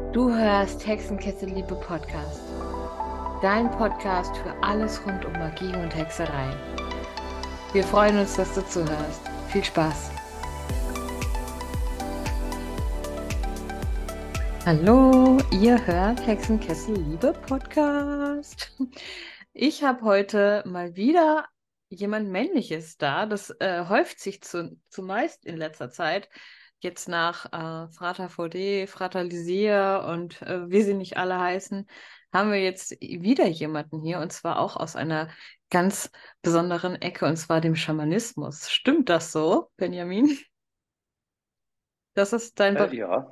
Du hörst Hexenkessel Liebe Podcast. Dein Podcast für alles rund um Magie und Hexerei. Wir freuen uns, dass du zuhörst. Viel Spaß. Hallo, ihr hört Hexenkessel Liebe Podcast. Ich habe heute mal wieder jemand Männliches da. Das häuft sich zumeist in letzter Zeit. Jetzt nach Frater VD, Frater Lysia und wie sie nicht alle heißen, haben wir jetzt wieder jemanden hier und zwar auch aus einer ganz besonderen Ecke und zwar dem Schamanismus. Stimmt das so, Benjamin? Das ist dein Bereich. Ja.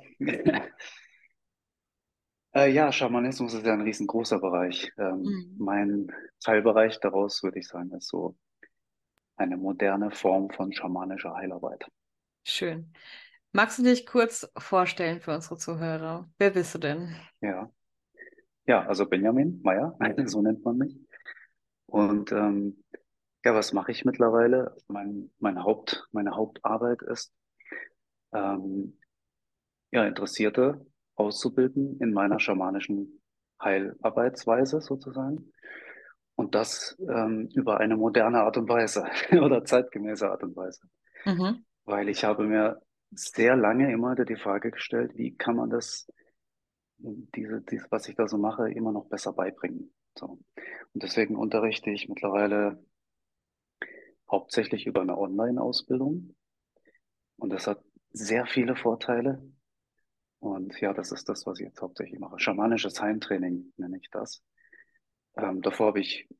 Ja, Schamanismus ist ja ein riesengroßer Bereich. Mein Teilbereich daraus, würde ich sagen, ist so eine moderne Form von schamanischer Heilarbeit. Schön. Magst du dich kurz vorstellen für unsere Zuhörer? Wer bist du denn? Ja, ja, also Benjamin Meyer, so nennt man mich. Und ja, was mache ich mittlerweile? Meine Hauptarbeit ist, ähm, ja, Interessierte auszubilden in meiner schamanischen Heilarbeitsweise sozusagen. Und das über eine moderne Art und Weise oder zeitgemäße Art und Weise. Mhm. Weil ich habe mir sehr lange immer wieder die Frage gestellt, wie kann man was ich da so mache, immer noch besser beibringen. So. Und deswegen unterrichte ich mittlerweile hauptsächlich über eine Online-Ausbildung. Und das hat sehr viele Vorteile. Und ja, das ist das, was ich jetzt hauptsächlich mache. Schamanisches Heimtraining nenne ich das. Davor habe ich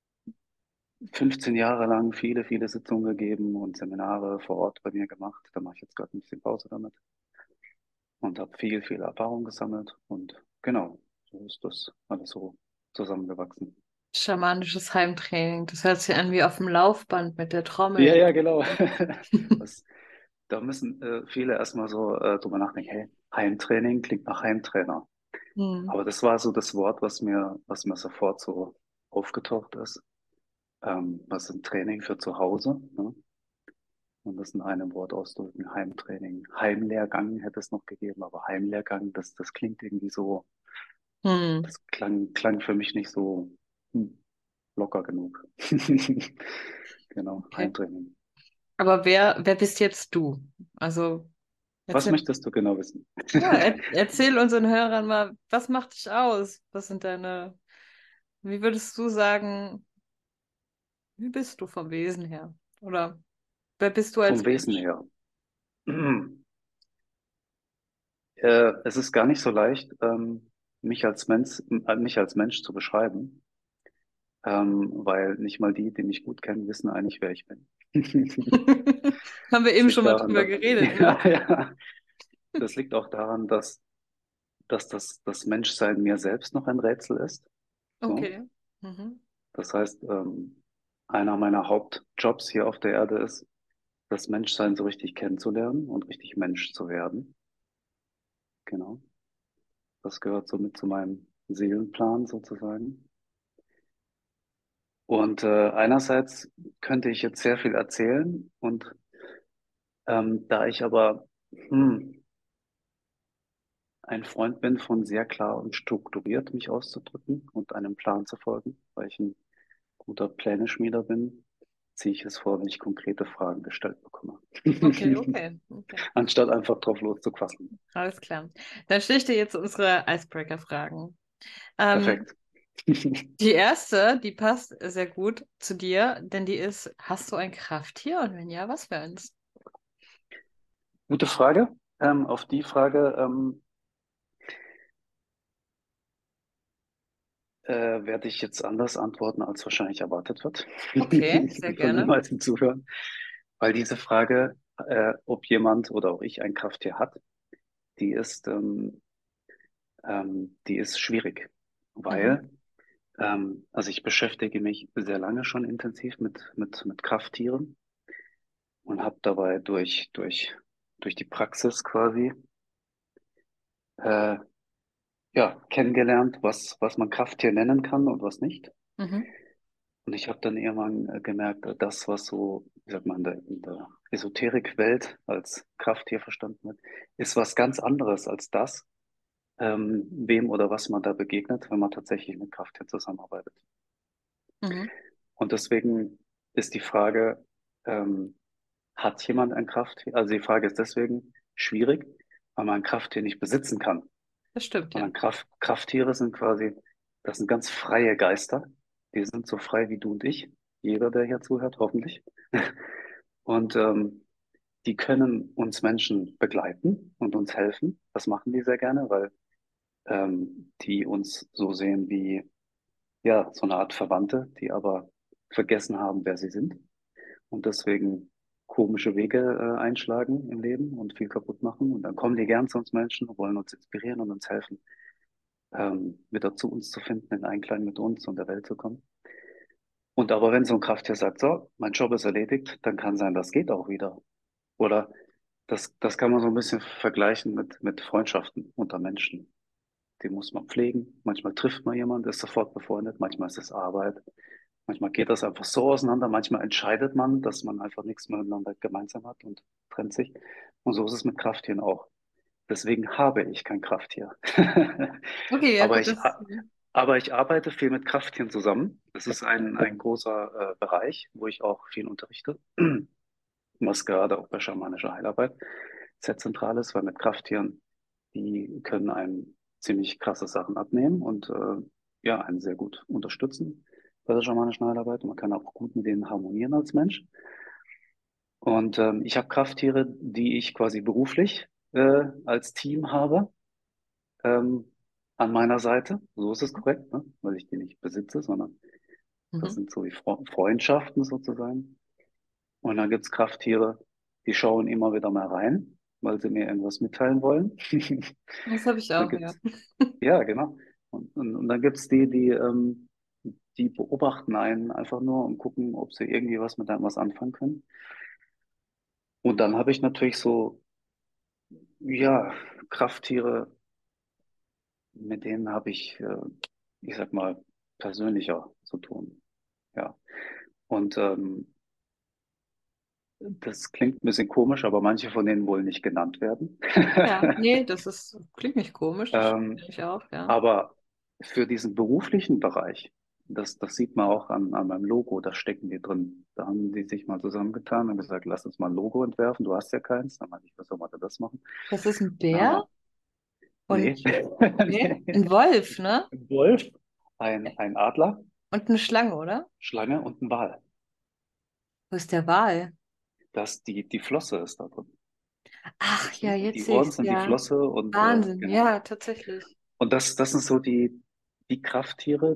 15 Jahre lang viele Sitzungen gegeben und Seminare vor Ort bei mir gemacht. Da mache ich jetzt gerade ein bisschen Pause damit und habe viel Erfahrung gesammelt. Und genau, so ist das alles so zusammengewachsen. Schamanisches Heimtraining. Das hört sich an wie auf dem Laufband mit der Ja, Trommel. ja, genau. Das, da müssen viele erstmal so drüber nachdenken, hey, Heimtraining klingt nach Heimtrainer. Hm. Aber das war so das Wort, was mir sofort so aufgetaucht ist. Was ist ein Training für zu Hause? Ne? Und das in einem Wort ausdrücken, Heimtraining. Heimlehrgang hätte es noch gegeben, aber Heimlehrgang, das klingt irgendwie so, Hm. das klang für mich nicht so locker genug. Genau, Okay. Heimtraining. Aber wer bist jetzt du? Also Was erzähl, möchtest du genau wissen? ja, erzähl unseren Hörern mal, was macht dich aus? Was sind wie würdest du sagen, wie bist du vom Wesen her? Oder wer bist du als Vom Wesen Mensch? her. Es ist gar nicht so leicht, mich als Mensch zu beschreiben, weil nicht mal die mich gut kennen, wissen eigentlich, wer ich bin. Haben wir Das eben schon liegt mal daran, drüber dass, geredet, ne? ja, ja, das liegt auch daran, dass das Menschsein mir selbst noch ein Rätsel ist. So. Okay. Mhm. Das heißt, einer meiner Hauptjobs hier auf der Erde ist, das Menschsein so richtig kennenzulernen und richtig Mensch zu werden. Genau. Das gehört somit zu meinem Seelenplan sozusagen. Und einerseits könnte ich jetzt sehr viel erzählen und da ich aber hm, ein Freund bin von sehr klar und strukturiert mich auszudrücken und einem Plan zu folgen, weil ich ein guter Pläneschmieder bin, ziehe ich es vor, wenn ich konkrete Fragen gestellt bekomme. Okay, okay, okay. Anstatt einfach drauf loszuquasseln. Alles klar. Dann stelle ich dir jetzt unsere Icebreaker-Fragen. Ähm, Perfekt. die erste, die passt sehr gut zu dir, denn die ist, hast du ein Krafttier? Und wenn ja, was für eins? Gute Frage. Auf die Frage werde ich jetzt anders antworten, als wahrscheinlich erwartet wird Okay, sehr von den gerne. meisten Zuhörern. Weil diese Frage, ob jemand oder auch ich ein Krafttier hat, die ist, die ist schwierig. Mhm. Weil, also ich beschäftige mich sehr lange schon intensiv mit Krafttieren und habe dabei durch die Praxis quasi äh, ja, kennengelernt, was man Krafttier nennen kann und was nicht. Mhm. Und ich habe dann irgendwann gemerkt, das, was so, wie sagt man, in der Esoterikwelt als Krafttier verstanden wird, ist was ganz anderes als das, wem oder was man da begegnet, wenn man tatsächlich mit Krafttieren zusammenarbeitet. Mhm. Und deswegen ist die Frage, ähm, hat jemand ein Krafttier? Also die Frage ist deswegen schwierig, weil man ein Krafttier nicht besitzen kann. Das stimmt, ja. Sondern Krafttiere sind quasi, das sind ganz freie Geister. Die sind so frei wie du und ich. Jeder, der hier zuhört, hoffentlich. Und die können uns Menschen begleiten und uns helfen. Das machen die sehr gerne, weil die uns so sehen wie, ja, so eine Art Verwandte, die aber vergessen haben, wer sie sind und deswegen komische Wege einschlagen im Leben und viel kaputt machen. Und dann kommen die gern zu uns Menschen und wollen uns inspirieren und uns helfen, wieder zu uns zu finden, in Einklang mit uns und der Welt zu kommen. Und aber wenn so ein Krafttier sagt, so, mein Job ist erledigt, dann kann sein, das geht auch wieder. Oder das kann man so ein bisschen vergleichen mit Freundschaften unter Menschen. Die muss man pflegen. Manchmal trifft man jemanden, ist sofort befreundet. Manchmal ist es Arbeit. Manchmal geht das einfach so auseinander. Manchmal entscheidet man, dass man einfach nichts mehr miteinander gemeinsam hat und trennt sich. Und so ist es mit Krafttieren auch. Deswegen habe ich kein Krafttier. Okay, ja Aber gut, ich, das. aber ich arbeite viel mit Krafttieren zusammen. Das ist ein großer Bereich, wo ich auch viel unterrichte, was gerade auch bei schamanischer Heilarbeit sehr zentral ist, weil mit Krafttieren, die können einem ziemlich krasse Sachen abnehmen und ja, einen sehr gut unterstützen bei der schamanischen Heilarbeit. Und man kann auch gut mit denen harmonieren als Mensch. Und ich habe Krafttiere, die ich quasi beruflich als Team habe, ähm, an meiner Seite. So ist es korrekt, ne? Weil ich die nicht besitze, sondern das Mhm. sind so wie Freundschaften sozusagen. Und dann gibt's Krafttiere, die schauen immer wieder mal rein, weil sie mir irgendwas mitteilen wollen. Das habe ich Dann auch, ja. gibt's, ja, genau. Und dann gibt's die beobachten einen einfach nur und gucken, ob sie irgendwie was mit einem was anfangen können. Und dann habe ich natürlich so, ja, Krafttiere, mit denen habe ich sag mal, persönlicher zu tun. Ja. Und das klingt ein bisschen komisch, aber manche von denen wollen nicht genannt werden. Ja, nee, klingt nicht komisch, das stimmt Ähm, nämlich auch, ja. aber für diesen beruflichen Bereich, das sieht man auch an meinem Logo, da stecken die drin. Da haben die sich mal zusammengetan und gesagt, lass uns mal ein Logo entwerfen. Du hast ja keins. Dann meinte ich, was soll man denn das machen? Das ist ein Dann haben Bär wir, und nee, nee, nee, ein Wolf, ne? ein Wolf, ein Adler, Und eine Schlange, oder? Schlange und ein Wal. Wo ist der Wal? Die Flosse ist da drin. Ach ja, Die jetzt sehe Ohren ich's, sind die ja. Flosse und Wahnsinn, genau. ja, tatsächlich. Und das sind so die Krafttiere,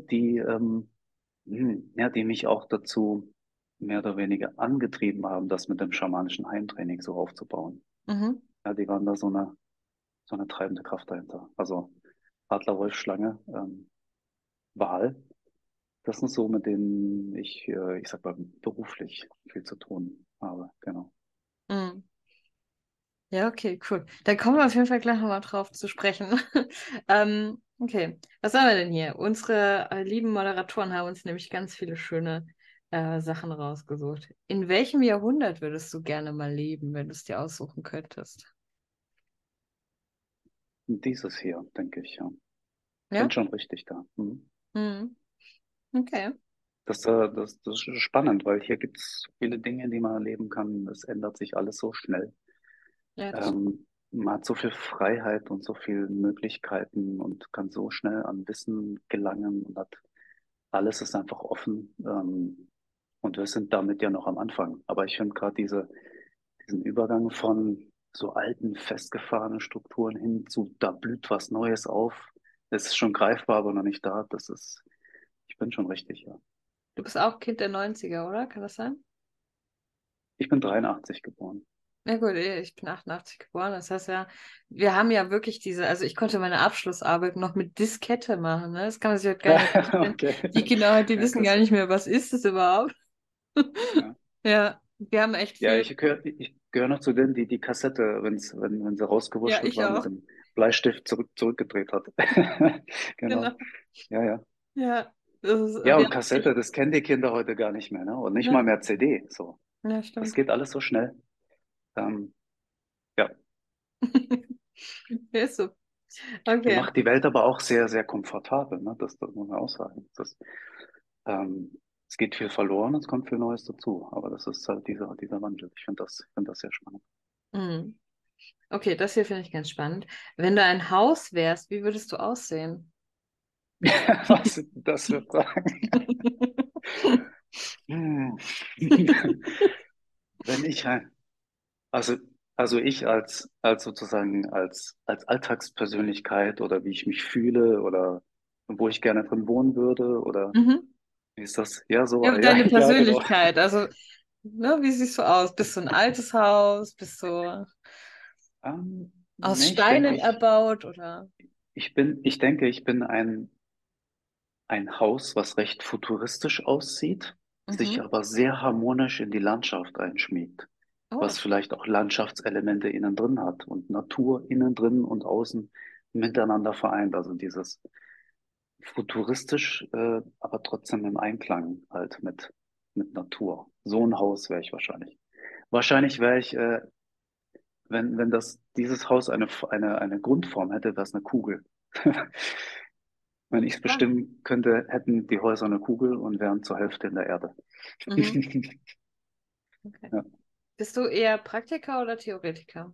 ja, die mich auch dazu mehr oder weniger angetrieben haben, das mit dem schamanischen Heimtraining so aufzubauen. Mhm. Ja, die waren da so eine treibende Kraft dahinter. Also Adler, Wolf, Schlange, Wal, das sind so, mit denen ich sag mal, beruflich viel zu tun habe. Genau. Mhm. Ja, okay, cool. Dann kommen wir auf jeden Fall gleich nochmal drauf zu sprechen. Okay, was haben wir denn hier? Unsere lieben Moderatoren haben uns nämlich ganz viele schöne Sachen rausgesucht. In welchem Jahrhundert würdest du gerne mal leben, wenn du es dir aussuchen könntest? Und dieses hier, denke ich, ja. Bin Ja? schon richtig da. Mhm. Mhm. Okay. Das ist spannend, weil hier gibt es viele Dinge, die man erleben kann. Es ändert sich alles so schnell. Ja, das stimmt. Man hat so viel Freiheit und so viele Möglichkeiten und kann so schnell an Wissen gelangen und hat alles ist einfach offen. Und wir sind damit ja noch am Anfang. Aber ich finde gerade diesen Übergang von so alten, festgefahrenen Strukturen hin zu, da blüht was Neues auf. Es ist schon greifbar, aber noch nicht da. Ich bin schon richtig, ja. Du bist auch Kind der Neunziger, oder? Kann das sein? Ich bin 83 geboren. Ja gut, ich bin 88 geboren. Das heißt ja, wir haben ja wirklich also ich konnte meine Abschlussarbeit noch mit Diskette machen, ne? Das kann man sich heute gar nicht mehr vorstellen. Okay. Die Kinder heute, die Ja, wissen gar krass. nicht mehr, was ist es überhaupt? Ja, Ja, wir haben echt ja viel. ich gehöre noch zu denen, die die Kassette, wenn sie Ja, rausgewurschtelt ich war, mit auch. dem Bleistift zurückgedreht hat. Genau. Genau. Ja, ja. Ja, Ja, wir und haben echt, Kassette, das kennen die Kinder heute gar nicht mehr, ne? Und nicht mal ne? mehr CD. So. Ja, Das stimmt. geht alles so schnell. Ähm, ja, Ja, ist so. Die Okay. macht die Welt aber auch sehr, sehr komfortabel, ne? Das muss man auch sagen. Es geht viel verloren, es kommt viel Neues dazu. Aber das ist halt dieser Wandel. Find das sehr spannend. Mhm. Okay, das hier finde ich ganz spannend. Wenn du ein Haus wärst, wie würdest du aussehen? Was sind das für Fragen? Hm. Wenn ich ein, also, also ich als sozusagen als Alltagspersönlichkeit oder wie ich mich fühle oder wo ich gerne drin wohnen würde oder Mhm. wie ist das? Ja, so, Ja, ja, deine ja, genau. Persönlichkeit, also, ne, wie siehst du aus? Bist du ein altes Haus? Bist du aus Nee, Steinen erbaut oder? ich denke, ich bin ein Haus, was recht futuristisch aussieht, sich Mhm. aber sehr harmonisch in die Landschaft einschmiegt, Oh, was vielleicht auch Landschaftselemente innen drin hat und Natur innen drin und außen miteinander vereint. Also dieses futuristisch, aber trotzdem im Einklang halt mit Natur. So ein Haus wäre ich wahrscheinlich. Wahrscheinlich wäre ich, wenn dieses Haus eine Grundform hätte, wäre es eine Kugel. Wenn ich es ah, bestimmen könnte, hätten die Häuser eine Kugel und wären zur Hälfte in der Erde. mhm. Okay. Ja. Bist du eher Praktiker oder Theoretiker?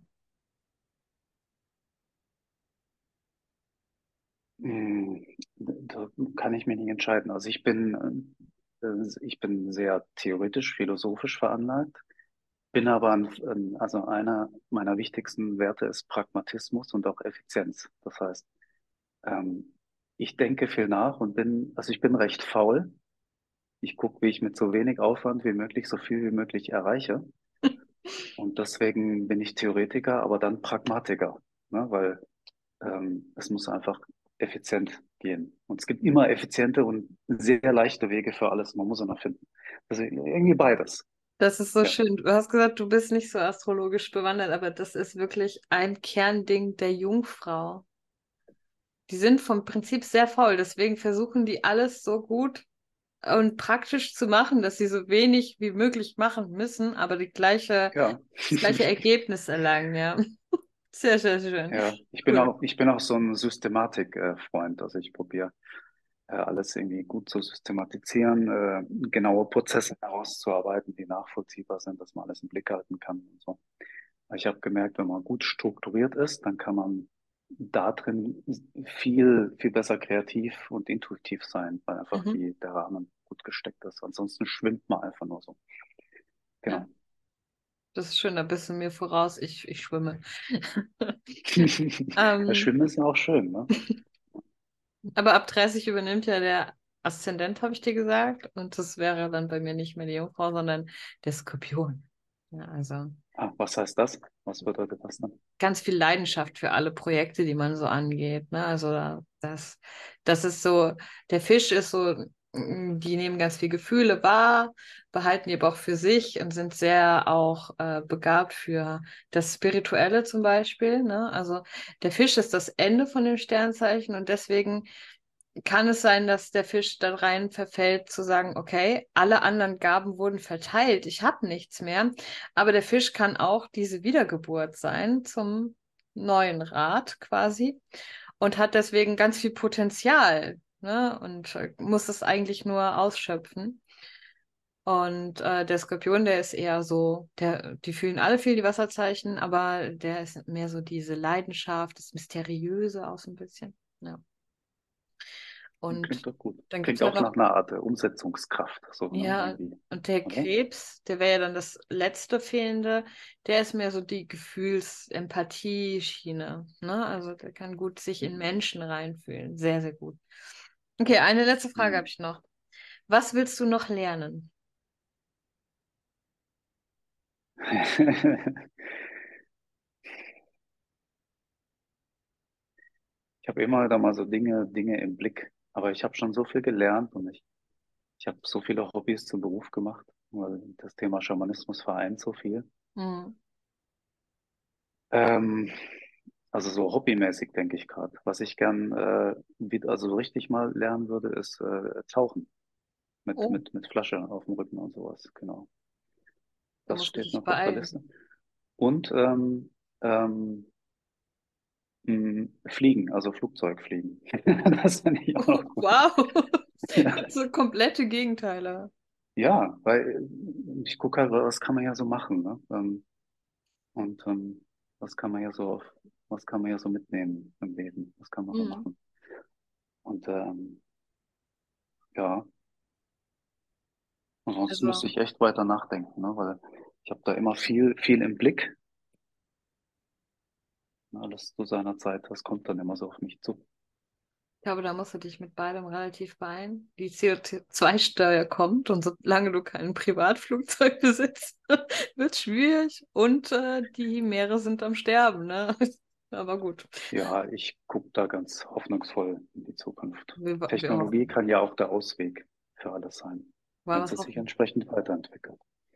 Hm, Da kann ich mich nicht entscheiden. Also ich bin sehr theoretisch, philosophisch veranlagt, bin aber also einer meiner wichtigsten Werte ist Pragmatismus und auch Effizienz. Das heißt, ähm, ich denke viel nach und also ich bin recht faul. Ich gucke, wie ich mit so wenig Aufwand wie möglich so viel wie möglich erreiche. Und deswegen bin ich Theoretiker, aber dann Pragmatiker, ne? Weil es muss einfach effizient gehen. Und es gibt immer effiziente und sehr leichte Wege für alles. Man muss immer finden. Also irgendwie beides. Das ist so Ja, schön. Du hast gesagt, du bist nicht so astrologisch bewandert, aber das ist wirklich ein Kernding der Jungfrau. Die sind vom Prinzip sehr faul, deswegen versuchen die alles so gut und praktisch zu machen, dass sie so wenig wie möglich machen müssen, aber ja. das gleiche Ergebnis erlangen, ja. Sehr, sehr schön. Ja, Cool. ich bin auch so ein Systematik-Freund. Also ich probiere alles irgendwie gut zu systematisieren, genaue Prozesse herauszuarbeiten, die nachvollziehbar sind, dass man alles im Blick halten kann und so. Ich habe gemerkt, wenn man gut strukturiert ist, dann kann man da drin viel besser kreativ und intuitiv sein, weil einfach Mhm. der Rahmen gut gesteckt ist. Ansonsten schwimmt man einfach nur so. Ja, Genau. das ist schön, da bist du mir voraus. Ich schwimme. Das Ähm, Schwimmen ist ja auch schön, ne? aber ab 30 übernimmt ja der Aszendent, habe ich dir gesagt. Und das wäre dann bei mir nicht mehr die Jungfrau, sondern der Skorpion. Ja, also Ah, was heißt das? Was bedeutet das dann? ganz viel Leidenschaft für alle Projekte, die man so angeht. Ne? Also das ist so, der Fisch ist so, die nehmen ganz viel Gefühle wahr, behalten die aber auch für sich und sind sehr auch begabt für das Spirituelle zum Beispiel. Ne? Also der Fisch ist das Ende von dem Sternzeichen und deswegen kann es sein, dass der Fisch da rein verfällt, zu sagen, okay, alle anderen Gaben wurden verteilt, ich habe nichts mehr. Aber der Fisch kann auch diese Wiedergeburt sein zum neuen Rad quasi und hat deswegen ganz viel Potenzial, ne? Und muss es eigentlich nur ausschöpfen. Und der Skorpion, der ist eher so, die fühlen alle viel die Wasserzeichen, aber der ist mehr so diese Leidenschaft, das Mysteriöse auch so ein bisschen. Ja. Und Klingt doch gut. dann gibt es Klingt halt auch noch, nach einer Art Umsetzungskraft, so, ne? ja, Irgendwie, und der oder? Krebs, der wäre ja dann das letzte Fehlende, der ist mehr so die Gefühls-Empathie-Schiene, ne? Also der kann gut sich in Menschen reinfühlen. Sehr, sehr gut. Okay, eine letzte Frage habe Hm. ich noch. Was willst du noch lernen? Ich habe immer da mal so Dinge im Blick, aber ich habe schon so viel gelernt und ich habe so viele Hobbys zum Beruf gemacht, weil das Thema Schamanismus vereint so viel. Hm. Ähm, also so hobbymäßig denke ich gerade. Was ich gern wieder, also so richtig mal lernen würde, ist Tauchen Oh, mit Flasche auf dem Rücken und sowas. Genau. da Das musst du steht dich noch auf der beeilen. Liste. Und ähm, Fliegen, also Flugzeugfliegen. Das finde ich auch noch gut. Wow, Ja, so komplette Gegenteile. ja, weil ich gucke halt, was kann man ja so machen, ne? Und was kann man ja so, was kann man ja so mitnehmen im Leben? Was kann man so Mhm. machen? Und ja, ansonsten müsste Also, ich echt weiter nachdenken, ne? Weil ich habe da immer viel im Blick. Ne? Alles zu seiner Zeit, das kommt dann immer so auf mich zu. ich glaube, da musst du dich mit beidem relativ beeilen. Die CO2-Steuer kommt und solange du kein Privatflugzeug besitzt, wird es schwierig. Und die Meere sind am Sterben, ne? Aber gut, Ja, ich gucke da ganz hoffnungsvoll in die Zukunft. wir Technologie hoffen. kann ja auch der Ausweg für alles sein, Wollen wenn wir es es sich hoffen? entsprechend weiterentwickelt.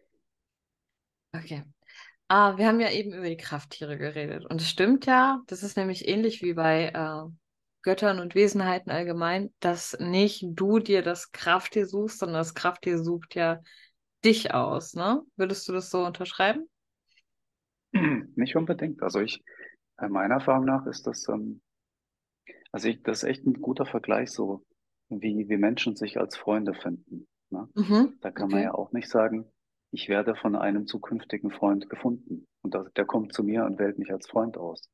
Okay. Ah, wir haben ja eben über die Krafttiere geredet. Und es stimmt ja, das ist nämlich ähnlich wie bei Göttern und Wesenheiten allgemein, dass nicht du dir das Krafttier suchst, sondern das Krafttier sucht ja dich aus, ne? Würdest du das so unterschreiben? Nicht unbedingt. Also meiner Erfahrung nach ist das, das ist echt ein guter Vergleich, so wie Menschen sich als Freunde finden. Ne? Mhm. Da kann man Okay. ja auch nicht sagen, ich werde von einem zukünftigen Freund gefunden. Und der kommt zu mir und wählt mich als Freund aus.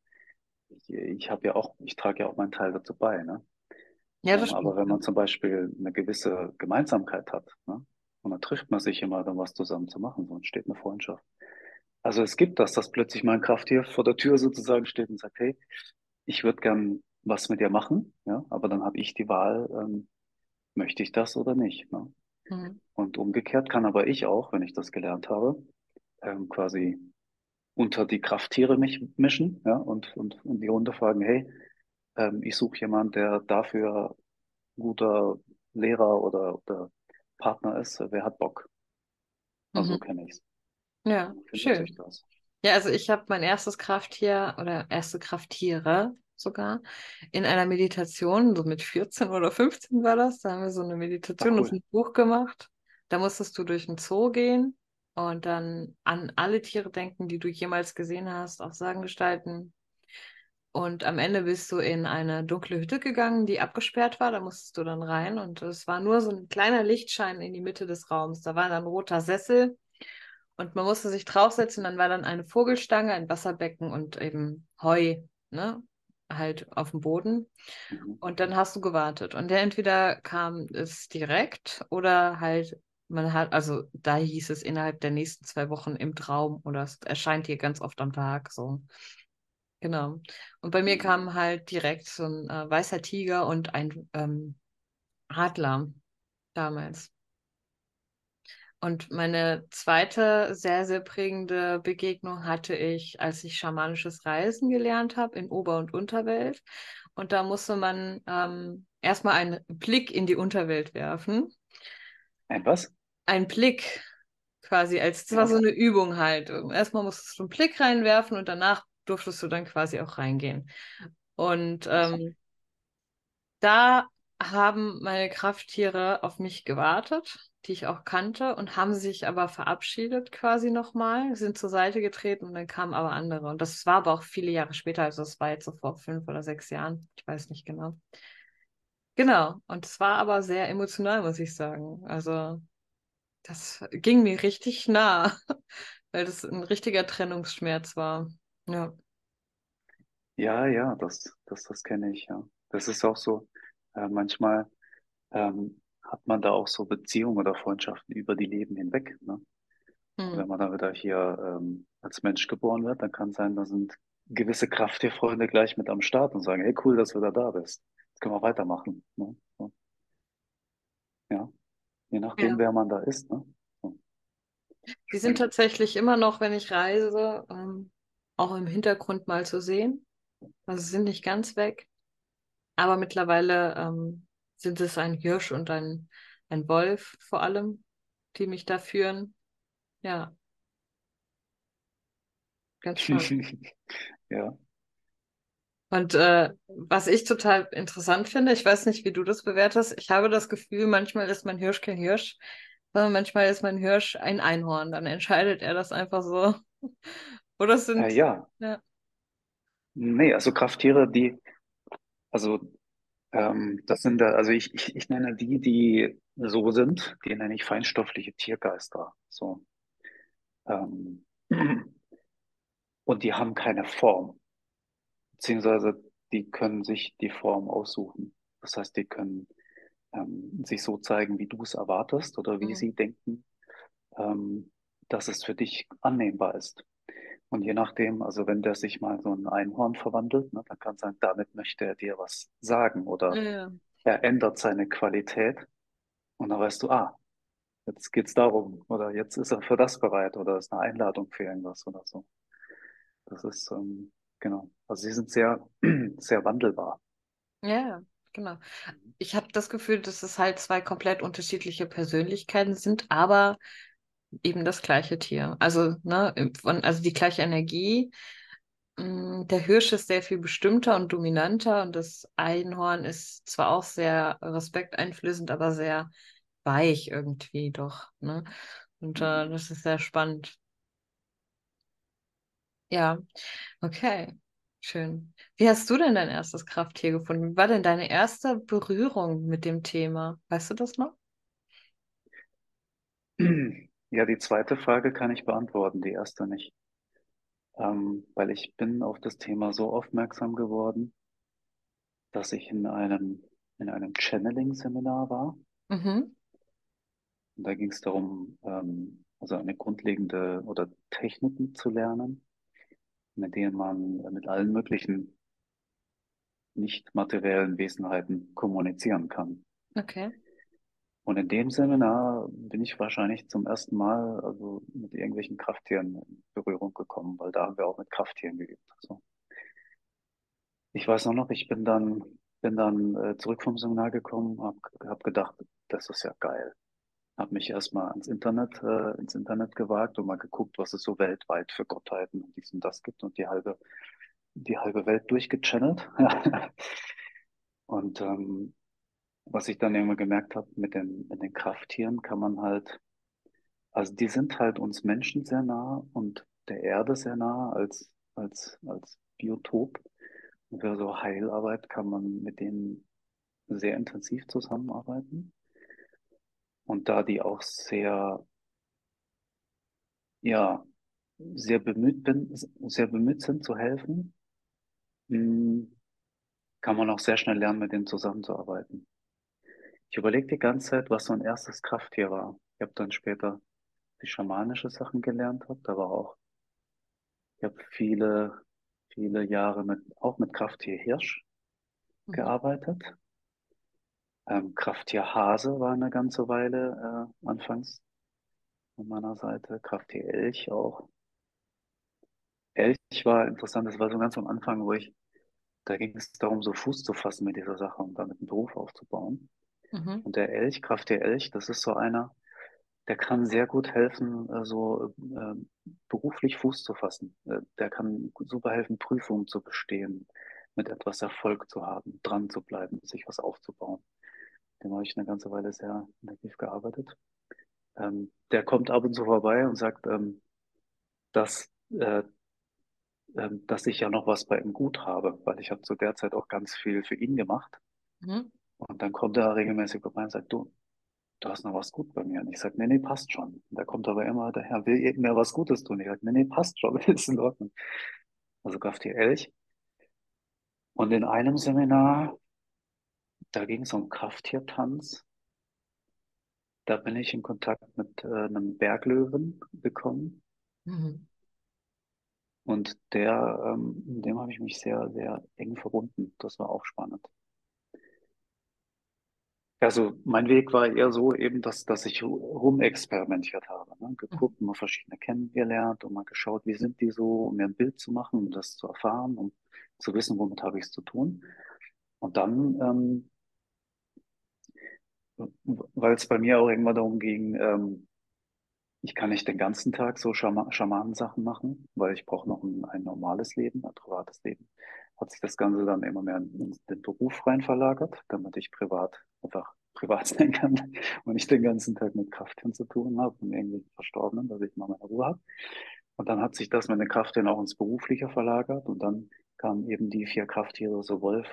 Ich trage ja auch meinen Teil dazu bei, ne? Ja, das Aber stimmt. wenn Ja. man zum Beispiel eine gewisse Gemeinsamkeit hat, ne? Und dann trifft man sich immer, um was zusammen zu machen, so entsteht eine Freundschaft. Also es gibt das, dass plötzlich mal ein Krafttier vor der Tür sozusagen steht und sagt, hey, ich würde gern was mit dir machen, ja, aber dann habe ich die Wahl, möchte ich das oder nicht, ne? Mhm. Und umgekehrt kann aber ich auch, wenn ich das gelernt habe, quasi unter die Krafttiere mich mischen, ja, und die Hunde fragen, hey, ich suche jemanden, der dafür guter Lehrer oder Partner ist, wer hat Bock? Also Mhm. kenne ich's. Ja, Dann findet sich schön. das. Ja, also ich habe mein erstes Krafttier oder erste Krafttiere sogar in einer Meditation, so mit 14 oder 15 war das. Da haben wir so eine Ach Meditation und cool. ein Buch gemacht. Da musstest du durch den Zoo gehen und dann an alle Tiere denken, die du jemals gesehen hast, auch Sagengestalten. Und am Ende bist du in eine dunkle Hütte gegangen, die abgesperrt war. Da musstest du dann rein und es war nur so ein kleiner Lichtschein in die Mitte des Raums. Da war dann ein roter Sessel und man musste sich draufsetzen. Dann war dann eine Vogelstange, ein Wasserbecken und eben Heu, ne? Halt auf dem Boden. Mhm. Und dann hast du gewartet. Und der entweder kam es direkt oder halt, man hat, also da hieß es innerhalb der nächsten 2 Wochen im Traum oder es erscheint hier ganz oft am Tag so. Genau. Und bei mir Mhm. kam halt direkt so ein weißer Tiger und ein Adler damals. Und meine zweite sehr, sehr prägende Begegnung hatte ich, als ich schamanisches Reisen gelernt habe in Ober- und Unterwelt. Und da musste man erstmal einen Blick in die Unterwelt werfen. Ein was? Ein Blick quasi, als das war Ja, so eine Übung halt. Erstmal musstest du einen Blick reinwerfen und danach durftest du dann quasi auch reingehen. Und interessant. da haben meine Krafttiere auf mich gewartet, die ich auch kannte, und haben sich aber verabschiedet quasi nochmal, sind zur Seite getreten und dann kamen aber andere. Und das war aber auch viele Jahre später, also das war jetzt so vor 5 oder 6 Jahren, ich weiß nicht genau. Genau, und es war aber sehr emotional, muss ich sagen. Also das ging mir richtig nah, weil das ein richtiger Trennungsschmerz war. Ja. Ja, ja, das kenne ich, ja. Das ist auch so, manchmal hat man da auch so Beziehungen oder Freundschaften über die Leben hinweg, ne? Hm. Wenn man dann wieder hier als Mensch geboren wird, dann kann sein, da sind gewisse Krafttierfreunde gleich mit am Start und sagen, hey, cool, dass du da bist. Jetzt können wir weitermachen. Ne? So, ja, je nachdem, Ja. wer man da ist, ne? So, Sie sind spannend. tatsächlich immer noch, wenn ich reise, auch im Hintergrund mal zu sehen. Also sie sind nicht ganz weg, aber mittlerweile sind es ein Hirsch und ein Wolf vor allem, die mich da führen. Ja, ganz spannend. Ja. Und was ich total interessant finde, ich weiß nicht, wie du das bewertest, ich habe das Gefühl, manchmal ist mein Hirsch kein Hirsch, sondern manchmal ist mein Hirsch ein Einhorn. Dann entscheidet er das einfach so. Oder es sind, Ja, ja. Nee, also Krafttiere, also das sind da, also ich nenne die so sind, die nenne ich feinstoffliche Tiergeister. So. Ähm, und die haben keine Form, beziehungsweise die können sich die Form aussuchen. Das heißt, die können sich so zeigen, wie du es erwartest oder wie Mhm. sie denken, ähm, dass es für dich annehmbar ist. Und je nachdem, also wenn der sich mal so in ein Einhorn verwandelt, ne, dann kann sein, damit möchte er dir was sagen Ja, oder ja. er ändert seine Qualität und dann weißt du, ah, jetzt geht's darum oder jetzt ist er für das bereit oder ist eine Einladung für irgendwas oder so. Das ist, genau. Also sie sind sehr, sehr wandelbar. Ja, genau. Ich habe das Gefühl, dass es halt zwei komplett unterschiedliche Persönlichkeiten sind, aber eben das gleiche Tier. Also, ne, also die gleiche Energie. Der Hirsch ist sehr viel bestimmter und dominanter und das Einhorn ist zwar auch sehr respekteinflößend, aber sehr weich irgendwie doch, ne? Und Mhm. das ist sehr spannend. Ja, okay. Schön. Wie hast du denn dein erstes Krafttier gefunden? Wie war denn deine erste Berührung mit dem Thema? Weißt du das noch? Ja, die zweite Frage kann ich beantworten, die erste nicht. Weil ich bin auf das Thema so aufmerksam geworden, dass ich in einem Channeling-Seminar war. Mhm. Und da ging es darum, also eine grundlegende oder Techniken zu lernen, mit denen man mit allen möglichen nicht materiellen Wesenheiten kommunizieren kann. Okay. Und in dem Seminar bin ich wahrscheinlich zum ersten Mal also mit irgendwelchen Krafttieren in Berührung gekommen, weil da haben wir auch mit Krafttieren geübt. Also ich weiß noch, bin dann zurück vom Seminar gekommen, hab gedacht, das ist ja geil. Hab mich erstmal ins Internet gewagt und mal geguckt, was es so weltweit für Gottheiten und dies und das gibt und die halbe Welt durchgechannelt. Und was ich dann immer gemerkt habe, mit den Krafttieren kann man halt, also die sind halt uns Menschen sehr nah und der Erde sehr nah als Biotop. Und für so Heilarbeit kann man mit denen sehr intensiv zusammenarbeiten. Und da die auch ja, sehr bemüht sind zu helfen, mh, kann man auch sehr schnell lernen, mit denen zusammenzuarbeiten. Ich überlege die ganze Zeit, was so ein erstes Krafttier war. Ich habe dann später die schamanische Sachen gelernt habe, aber auch, ich habe viele Jahre auch mit Krafttier Hirsch Mhm. gearbeitet. Krafttier Hase war eine ganze Weile anfangs von meiner Seite. Krafttier Elch auch. Elch war interessant, das war so ganz am Anfang, da ging es darum, so Fuß zu fassen mit dieser Sache und damit einen Beruf aufzubauen. Mhm. Und der Elch, Krafttier Elch, das ist so einer, der kann sehr gut helfen, beruflich Fuß zu fassen. Der kann super helfen, Prüfungen zu bestehen, mit etwas Erfolg zu haben, dran zu bleiben, sich was aufzubauen. Dem habe ich eine ganze Weile sehr intensiv gearbeitet. Der kommt ab und zu vorbei und sagt, dass, äh, dass ich ja noch was bei ihm gut habe, weil ich habe zu der Zeit auch ganz viel für ihn gemacht. Mhm. Und dann kommt er regelmäßig vorbei und sagt, du hast noch was gut bei mir. Und ich sage, nee, passt schon. Und der kommt aber immer daher, will mir was Gutes tun. Ich sage, nee, passt schon, ist in Ordnung. Also Krafttier Elch. Und in einem Seminar, da ging es um Krafttiertanz. Da bin ich in Kontakt mit einem Berglöwen gekommen. Mhm. Und mit dem habe ich mich sehr eng verbunden. Das war auch spannend. Also mein Weg war eher so eben, dass ich rumexperimentiert habe, ne? Mhm. Geguckt, mal verschiedene kennengelernt und mal geschaut, wie sind die so, um mir ein Bild zu machen, um das zu erfahren, um zu wissen, womit habe ich es zu tun. Und dann, weil es bei mir auch irgendwann darum ging, ich kann nicht den ganzen Tag so Schamanensachen machen, weil ich brauche noch ein normales Leben, ein privates Leben. Hat sich das Ganze dann immer mehr in den Beruf rein verlagert, damit ich einfach privat sein kann und nicht den ganzen Tag mit Krafttieren zu tun habe und irgendwie Verstorbenen, dass ich mal meine Ruhe habe. Und dann hat sich das mit den Krafttieren auch ins Berufliche verlagert und dann kamen eben die vier Krafttiere, so Wolf,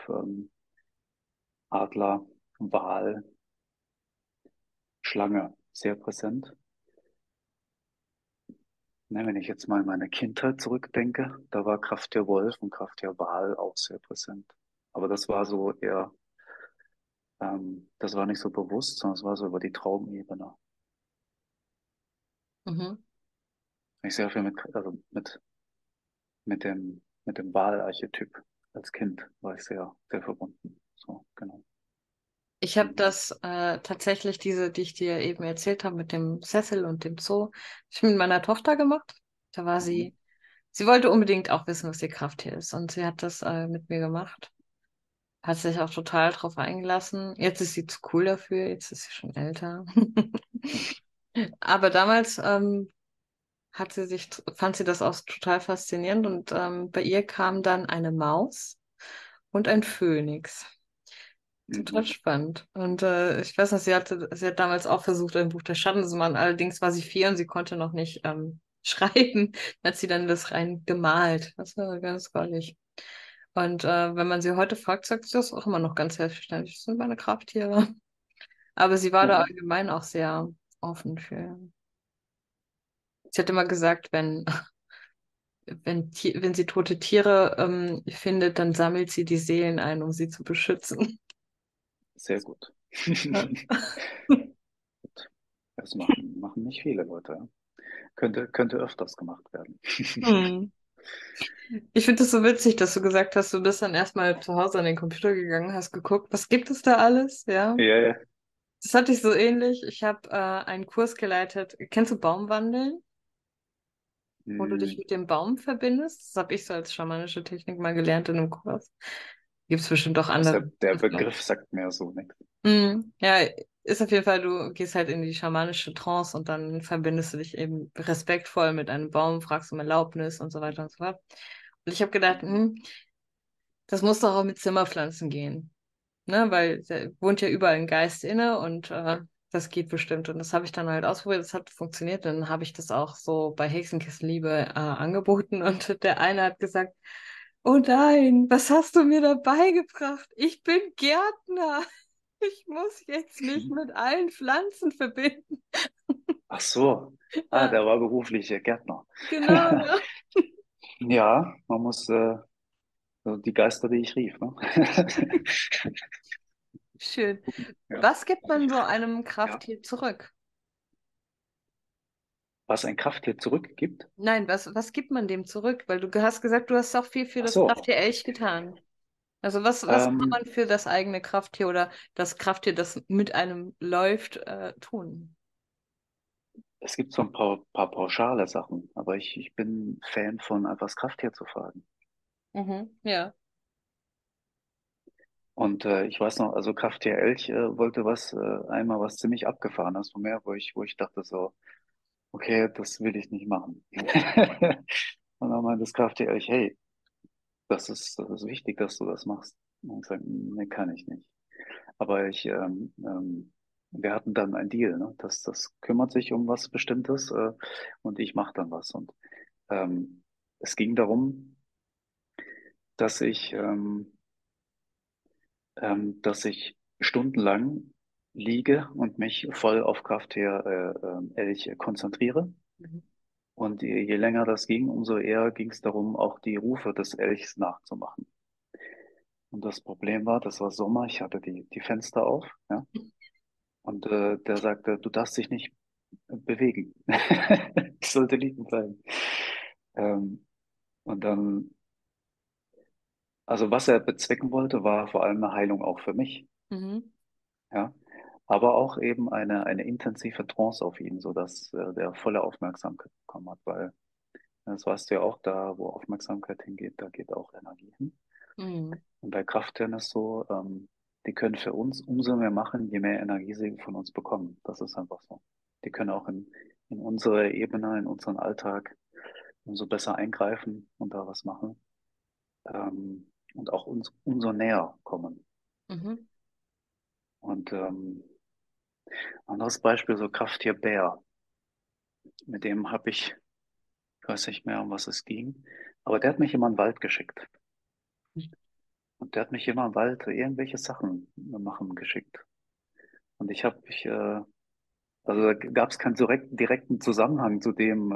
Adler, Wal, Schlange, sehr präsent. Ne, wenn ich jetzt mal an meine Kindheit zurückdenke, da war Krafttier Wolf und Krafttier Wal auch sehr präsent. Aber das war so eher, das war nicht so bewusst, sondern es war so über die Traumebene. Mhm. Ich sehr viel also mit dem Walarchetyp als Kind war ich sehr, sehr verbunden. So, genau. Ich habe Mhm. das tatsächlich, die ich dir eben erzählt habe, mit dem Sessel und dem Zoo, hab ich mit meiner Tochter gemacht. Da war Mhm. sie wollte unbedingt auch wissen, was ihr Krafttier ist. Und sie hat das mit mir gemacht. Hat sich auch total drauf eingelassen. Jetzt ist sie zu cool dafür, jetzt ist sie schon älter. Aber damals fand sie das auch total faszinierend und bei ihr kam dann eine Maus und ein Phönix. Total Mhm. spannend. Und ich weiß noch, sie hat damals auch versucht, ein Buch der Schatten zu machen. Allerdings war sie 4 und sie konnte noch nicht schreiben. Dann hat sie dann das rein gemalt. Das war ganz goldig. Und wenn man sie heute fragt, sagt sie das auch immer noch ganz selbstverständlich. Das sind meine Krafttiere. Aber sie war da Ja, allgemein auch sehr offen für. Sie hat immer gesagt, wenn sie tote Tiere findet, dann sammelt sie die Seelen ein, um sie zu beschützen. sehr gut. Ja. Das machen nicht viele Leute. Ja. Könnte öfters gemacht werden. Hm. Ich finde es so witzig, dass du gesagt hast, du bist dann erstmal zu Hause an den Computer gegangen, hast geguckt, was gibt es da alles, ja? Ja, ja. Das hatte ich so ähnlich. Ich habe einen Kurs geleitet. Kennst du Baumwandeln, wo du dich Hm, mit dem Baum verbindest? Das habe ich so als schamanische Technik mal gelernt in einem Kurs. Gibt es bestimmt auch also andere. der Begriff sagt mir so nichts. Ja, ist auf jeden Fall, du gehst halt in die schamanische Trance und dann verbindest du dich eben respektvoll mit einem Baum, fragst um Erlaubnis und so weiter und so fort. Und ich habe gedacht, das muss doch auch mit Zimmerpflanzen gehen. Ne, weil da wohnt ja überall ein Geist inne und das geht bestimmt. Und das habe ich dann halt ausprobiert, das hat funktioniert. Dann habe ich das auch so bei Hexenkissenliebe angeboten und der eine hat gesagt, oh nein, was hast du mir dabei gebracht? Ich bin Gärtner. Ich muss jetzt mich mit allen Pflanzen verbinden. Ach so. Ah, Ja, der war berufliche Gärtner. genau, ja. Ja, man muss so die Geister, die ich rief, ne? Schön. Ja, Was gibt man so einem ja. Krafttier zurück? Was ein Krafttier zurückgibt? Nein, was gibt man dem zurück? Weil du hast gesagt, du hast auch viel für Ach das so. Krafttier Elch getan. Also was kann Ähm, man für das eigene Krafttier oder das Krafttier, das mit einem läuft, tun? Es gibt so ein paar pauschale Sachen, aber ich bin Fan von einfach das Krafttier zu fragen. Mhm, ja. Und ich weiß noch, also Krafttier Elch wollte einmal was ziemlich Abgefahrenes von mir, wo ich dachte so, okay, das will ich nicht machen. Und dann meinte das Krafttier Elch, hey, das ist wichtig, dass du das machst. Und ich sage, nee, kann ich nicht. Aber wir hatten dann einen Deal, ne? Das kümmert sich um was Bestimmtes und ich mache dann was. Und ähm, es ging darum, dass dass ich stundenlang liege und mich voll auf Krafttier Elch konzentriere. Mhm. Und je länger das ging, umso eher ging es darum, auch die Rufe des Elchs nachzumachen. Und das Problem war, das war Sommer, ich hatte die Fenster auf, ja. Und der sagte, du darfst dich nicht bewegen. Ich sollte liegen bleiben. Ähm, und dann, also was er bezwecken wollte, war vor allem eine Heilung auch für mich, Mhm. ja. Aber auch eben eine intensive Trance auf ihn, sodass der volle Aufmerksamkeit bekommen hat, weil das weißt du ja auch, da wo Aufmerksamkeit hingeht, da geht auch Energie hin. Mhm. Und bei Krafttieren ist so, die können für uns umso mehr machen, je mehr Energie sie von uns bekommen. Das ist einfach so. Die können auch in unsere Ebene, in unseren Alltag umso besser eingreifen und da was machen. Und auch uns umso näher kommen. Mhm. Und anderes Beispiel, so Krafttier Bär. Mit dem habe ich weiß nicht mehr, um was es ging, aber der hat mich immer in den Wald geschickt. Und der hat mich immer im Wald irgendwelche Sachen machen geschickt. Und also da gab es keinen direkten Zusammenhang zu dem,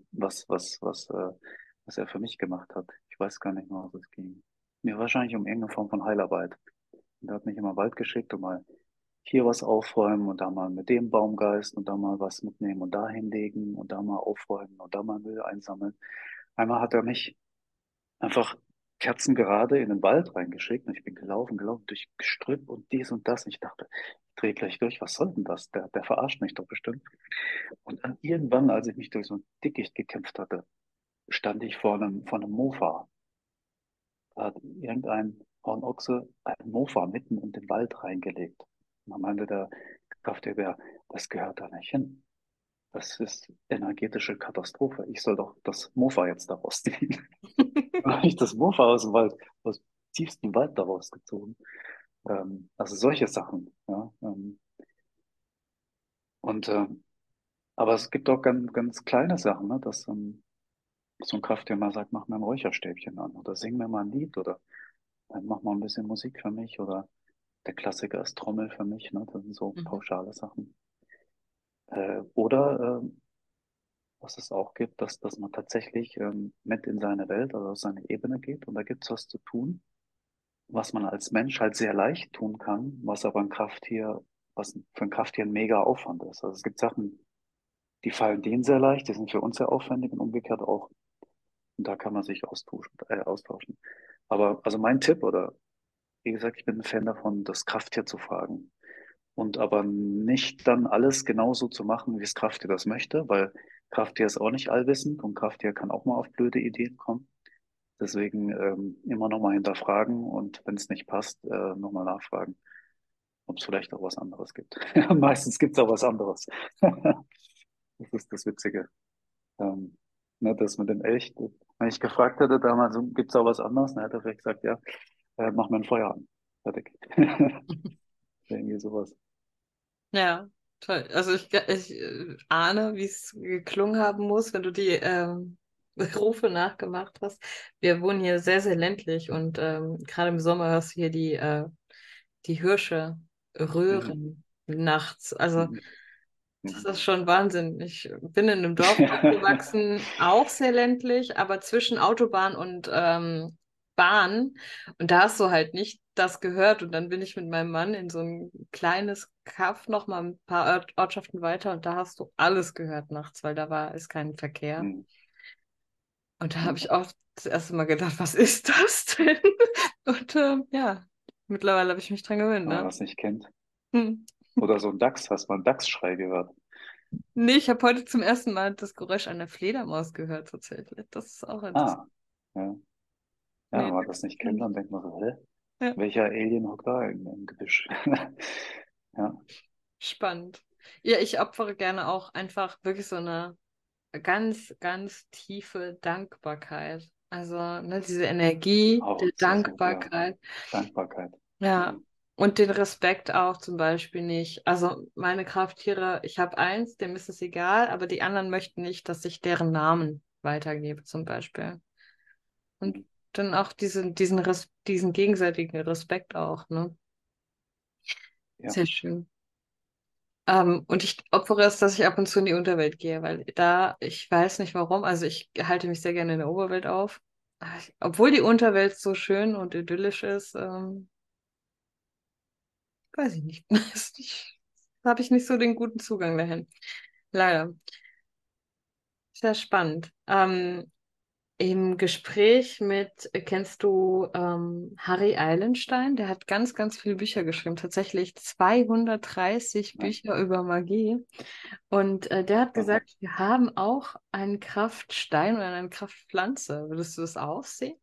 was er für mich gemacht hat. Ich weiß gar nicht mehr, was es ging. Mir wahrscheinlich um irgendeine Form von Heilarbeit. Und er hat mich immer im Wald geschickt und mal hier was aufräumen und da mal mit dem Baumgeist und da mal was mitnehmen und da hinlegen und da mal aufräumen und da mal Müll einsammeln. Einmal hat er mich einfach kerzengerade in den Wald reingeschickt und ich bin gelaufen durch Gestrüpp und dies und das. Und ich dachte, ich drehe gleich durch, was soll denn das? Der verarscht mich doch bestimmt. Und dann irgendwann, als ich mich durch so ein Dickicht gekämpft hatte, stand ich vor einem Mofa. Da hat irgendein Hornochse ein Mofa mitten in den Wald reingelegt. Und dann meinte der Kraftwerker, das gehört da nicht hin. Das ist energetische Katastrophe. Ich soll doch das Mofa jetzt da rausziehen. Dann habe ich das Mofa aus dem Wald, aus dem tiefsten Wald da rausgezogen. Also solche Sachen, ja. Und aber es gibt auch ganz kleine Sachen, ne, dass so ein Krafttier mal sagt, mach mir ein Räucherstäbchen an oder sing mir mal ein Lied oder mach mal ein bisschen Musik für mich oder der Klassiker ist Trommel für mich, ne? Das sind so Mhm. pauschale Sachen. Oder was es auch gibt, dass man tatsächlich mit in seine Welt, also auf seine Ebene geht und da gibt's was zu tun, was man als Mensch halt sehr leicht tun kann, was für ein Krafttier ein mega Aufwand ist. Also es gibt Sachen, die fallen denen sehr leicht, die sind für uns sehr aufwendig und umgekehrt auch. Und da kann man sich austauschen. Aber also mein Tipp, oder wie gesagt, ich bin ein Fan davon, das Krafttier zu fragen. Und aber nicht dann alles genauso zu machen, wie das Krafttier das möchte, weil Krafttier ist auch nicht allwissend und Krafttier kann auch mal auf blöde Ideen kommen. Deswegen immer nochmal hinterfragen und wenn es nicht passt, nochmal nachfragen, ob es vielleicht auch was anderes gibt. Meistens gibt es auch was anderes. Das ist das Witzige. Ähm, ne, das mit dem Elch, wenn ich gefragt hätte damals, so, gibt es auch was anderes, dann hätte er vielleicht gesagt, ja, mach mir ein Feuer an. Fertig. Irgendwie sowas. Ja, toll. Also ich ahne, wie es geklungen haben muss, wenn du die Rufe nachgemacht hast. Wir wohnen hier sehr, sehr ländlich und gerade im Sommer hörst du hier die Hirsche Mhm. röhren nachts. Also Mhm. das Mhm. ist schon Wahnsinn. Ich bin in einem Dorf aufgewachsen, auch sehr ländlich, aber zwischen Autobahn und Bahn. Und da hast du halt nicht das gehört. Und dann bin ich mit meinem Mann in so ein kleines Kaff noch mal ein paar Ortschaften weiter und da hast du alles gehört nachts, weil ist kein Verkehr. Mhm. Und da habe Mhm. ich auch das erste Mal gedacht, was ist das denn? Und ja, mittlerweile habe ich mich dran gewöhnt, Wenn man ne? das nicht kennt. Hm. Oder so ein Dachs, hast du mal einen Dachsschrei gehört? Nee, ich habe heute zum ersten Mal das Geräusch einer Fledermaus gehört, tatsächlich. Das ist auch interessant. Ah, ja. Ja, Nee, wenn man das das nicht kennt, nicht. dann denkt man so, hä? Ja, Welcher Alien hockt da im Gebüsch? Ja, spannend. Ja, ich opfere gerne auch einfach wirklich so eine ganz, ganz tiefe Dankbarkeit. Also, ne, diese Energie auch der sehr, sehr, ja. Dankbarkeit. Dankbarkeit. Ja. Mhm. Und den Respekt auch zum Beispiel nicht. Also meine Krafttiere, ich habe eins, dem ist es egal, aber die anderen möchten nicht, dass ich deren Namen weitergebe, zum Beispiel. Und Mhm. dann auch diesen gegenseitigen Respekt auch, ne? Ja, Sehr schön. Und ich opfere es, dass ich ab und zu in die Unterwelt gehe, weil da, ich weiß nicht warum, also ich halte mich sehr gerne in der Oberwelt auf. Obwohl die Unterwelt so schön und idyllisch ist, weiß ich nicht. Da habe ich nicht so den guten Zugang dahin. Leider. Sehr spannend. Im Gespräch kennst du Harry Eilenstein? Der hat ganz, ganz viele Bücher geschrieben, tatsächlich 230 nein. Bücher über Magie. Und der hat Aha. gesagt, wir haben auch einen Kraftstein oder eine Kraftpflanze. Würdest du das auch sehen?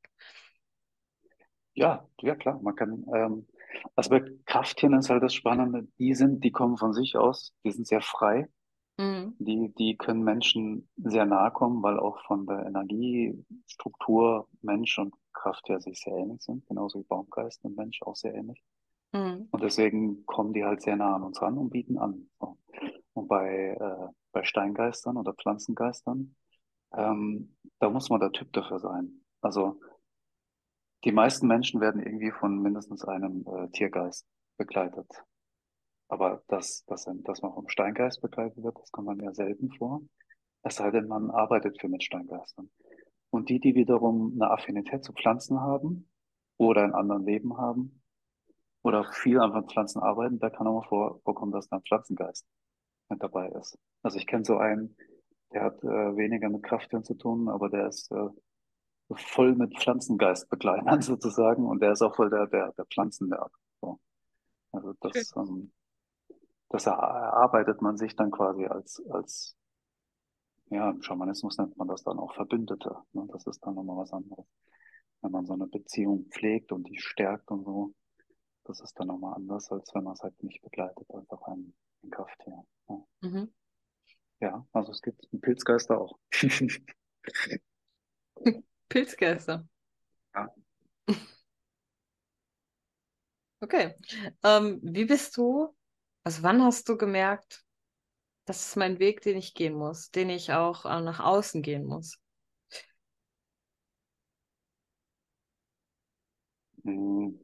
Ja, ja klar, also bei Krafttieren ist halt das Spannende, die kommen von sich aus, die sind sehr frei. Mhm. Die können Menschen sehr nahe kommen, weil auch von der Energiestruktur Mensch und Kraft ja sich sehr ähnlich sind, genauso wie Baumgeist und Mensch auch sehr ähnlich. Mhm. Und deswegen kommen die halt sehr nah an uns ran und bieten an. So. Und bei Steingeistern oder Pflanzengeistern, da muss man der Typ dafür sein. Also Die meisten Menschen werden irgendwie von mindestens einem Tiergeist begleitet. Aber dass man vom Steingeist begleitet wird, das kommt man ja selten vor. Es sei denn, man arbeitet viel mit Steingeistern. Und die wiederum eine Affinität zu Pflanzen haben oder in anderen Leben haben oder viel einfach mit Pflanzen arbeiten, da kann auch mal vorkommen, dass da ein Pflanzengeist mit dabei ist. Also ich kenne so einen, der hat weniger mit Krafttieren zu tun, aber der ist voll mit Pflanzengeistbegleitern sozusagen und der ist auch voll der Pflanzennerd. So. Also Schön. das erarbeitet man sich dann quasi ja, im Schamanismus nennt man das dann auch Verbündete. Ne? Das ist dann nochmal was anderes. Wenn man so eine Beziehung pflegt und die stärkt und so, das ist dann nochmal anders, als wenn man es halt nicht begleitet, einfach ein Krafttier. Ja. Mhm. Ja, also es gibt einen Pilzgeister auch. Pilzgeister. Ja. Okay. Wie bist du, also wann hast du gemerkt, das ist mein Weg, den ich gehen muss, den ich auch nach außen gehen muss? Mm,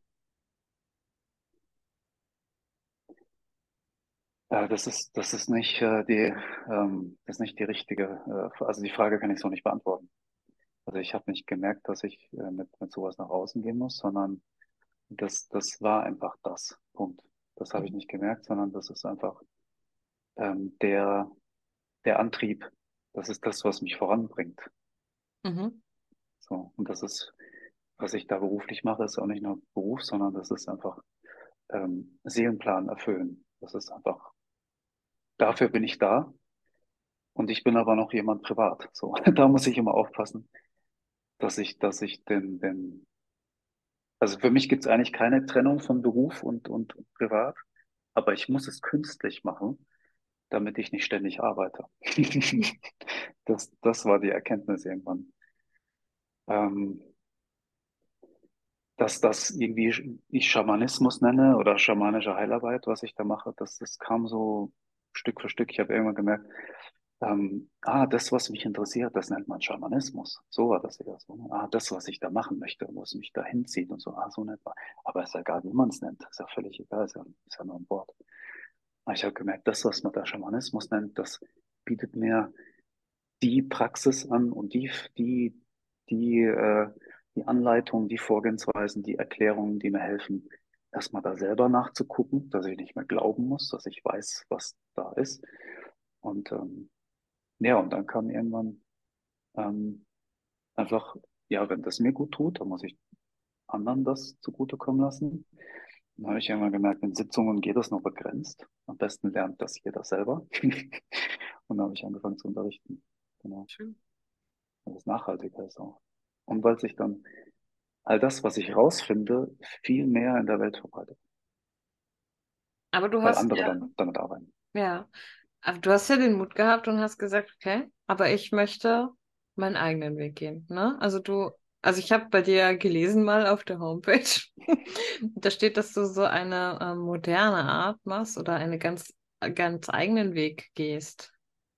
das ist nicht das ist nicht die richtige, also die Frage kann ich so nicht beantworten. Also ich habe nicht gemerkt, dass ich mit sowas nach außen gehen muss, sondern das war einfach das. Punkt. Das habe ich Mhm. nicht gemerkt, sondern das ist einfach ähm, der, der Antrieb. Das ist das, was mich voranbringt. Mhm. So. Und das ist, was ich da beruflich mache, ist auch nicht nur Beruf, sondern das ist einfach Seelenplan erfüllen. Das ist einfach, dafür bin ich da. Und ich bin aber noch jemand privat. So, da muss ich immer aufpassen, dass ich also für mich gibt es eigentlich keine Trennung von Beruf und privat, aber ich muss es künstlich machen, damit ich nicht ständig arbeite. Das war die Erkenntnis irgendwann. Ähm, dass das irgendwie ich Schamanismus nenne oder schamanische Heilarbeit, was ich da mache, das kam so Stück für Stück. Ich habe irgendwann gemerkt, das, was mich interessiert, das nennt man Schamanismus. So war das eher so. Ne? Das, was ich da machen möchte, wo es mich da hinzieht und so, so nennt man. Aber ist ja egal, wie man es nennt. Ist ja völlig egal, ist ja nur ein Wort. Aber ich habe gemerkt, das, was man da Schamanismus nennt, das bietet mir die Praxis an und die, die Anleitungen, die Vorgehensweisen, die Erklärungen, die mir helfen, erstmal da selber nachzugucken, dass ich nicht mehr glauben muss, dass ich weiß, was da ist. Und ja, und dann kam irgendwann ähm, einfach, ja, wenn das mir gut tut, dann muss ich anderen das zugutekommen lassen. Dann habe ich irgendwann gemerkt, in Sitzungen geht das nur begrenzt. Am besten lernt das jeder selber. Und dann habe ich angefangen zu unterrichten. Genau. Schön. Weil es nachhaltiger ist auch. Und weil sich dann all das, was ich rausfinde, viel mehr in der Welt verbreitet. Aber du Weil hast andere ja, dann damit arbeiten. ja, aber du hast ja den Mut gehabt und hast gesagt, okay, aber ich möchte meinen eigenen Weg gehen, ne? Also ich habe bei dir gelesen mal auf der Homepage, da steht, dass du so eine moderne Art machst oder eine ganz eigenen Weg gehst.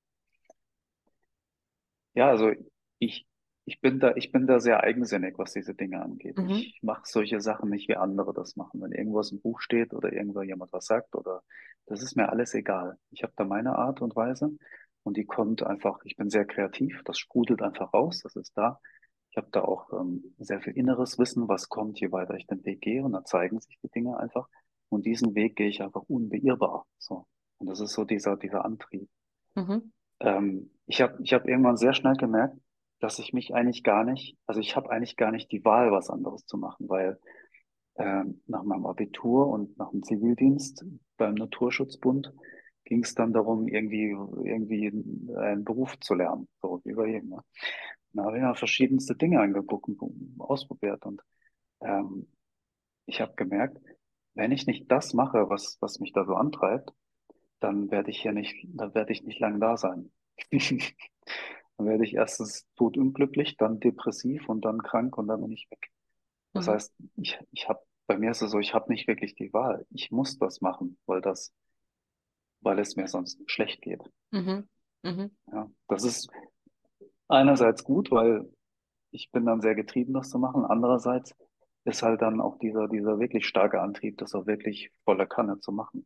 Ja, also ich, ich bin da sehr eigensinnig, was diese Dinge angeht. Mhm. Ich mache solche Sachen nicht, wie andere das machen. Wenn irgendwas im Buch steht oder irgendwo jemand was sagt oder das ist mir alles egal. Ich habe da meine Art und Weise und die kommt einfach, ich bin sehr kreativ, das sprudelt einfach raus, das ist da. Ich habe da auch sehr viel inneres Wissen, was kommt, je weiter ich den Weg gehe und dann zeigen sich die Dinge einfach. Und diesen Weg gehe ich einfach unbeirrbar. So. Und das ist so dieser Antrieb. Mhm. Ich hab irgendwann sehr schnell gemerkt, dass ich mich eigentlich gar nicht, also ich habe eigentlich gar nicht die Wahl, was anderes zu machen, weil nach meinem Abitur und nach dem Zivildienst beim Naturschutzbund ging es dann darum, irgendwie einen Beruf zu lernen, so wie bei jedem. Ne? Da habe ich mir verschiedenste Dinge angeguckt und ausprobiert und ähm, ich habe gemerkt, wenn ich nicht das mache, was mich da so antreibt, dann werde ich nicht lange da sein. Dann werde ich erstens totunglücklich, dann depressiv und dann krank und dann bin ich weg. Das Mhm. heißt, bei mir ist es so, ich habe nicht wirklich die Wahl. Ich muss das machen, weil es mir sonst schlecht geht. Mhm. Mhm. Ja, das ist einerseits gut, weil ich bin dann sehr getrieben, das zu machen. Andererseits ist halt dann auch dieser wirklich starke Antrieb, das auch wirklich voller Kanne zu machen.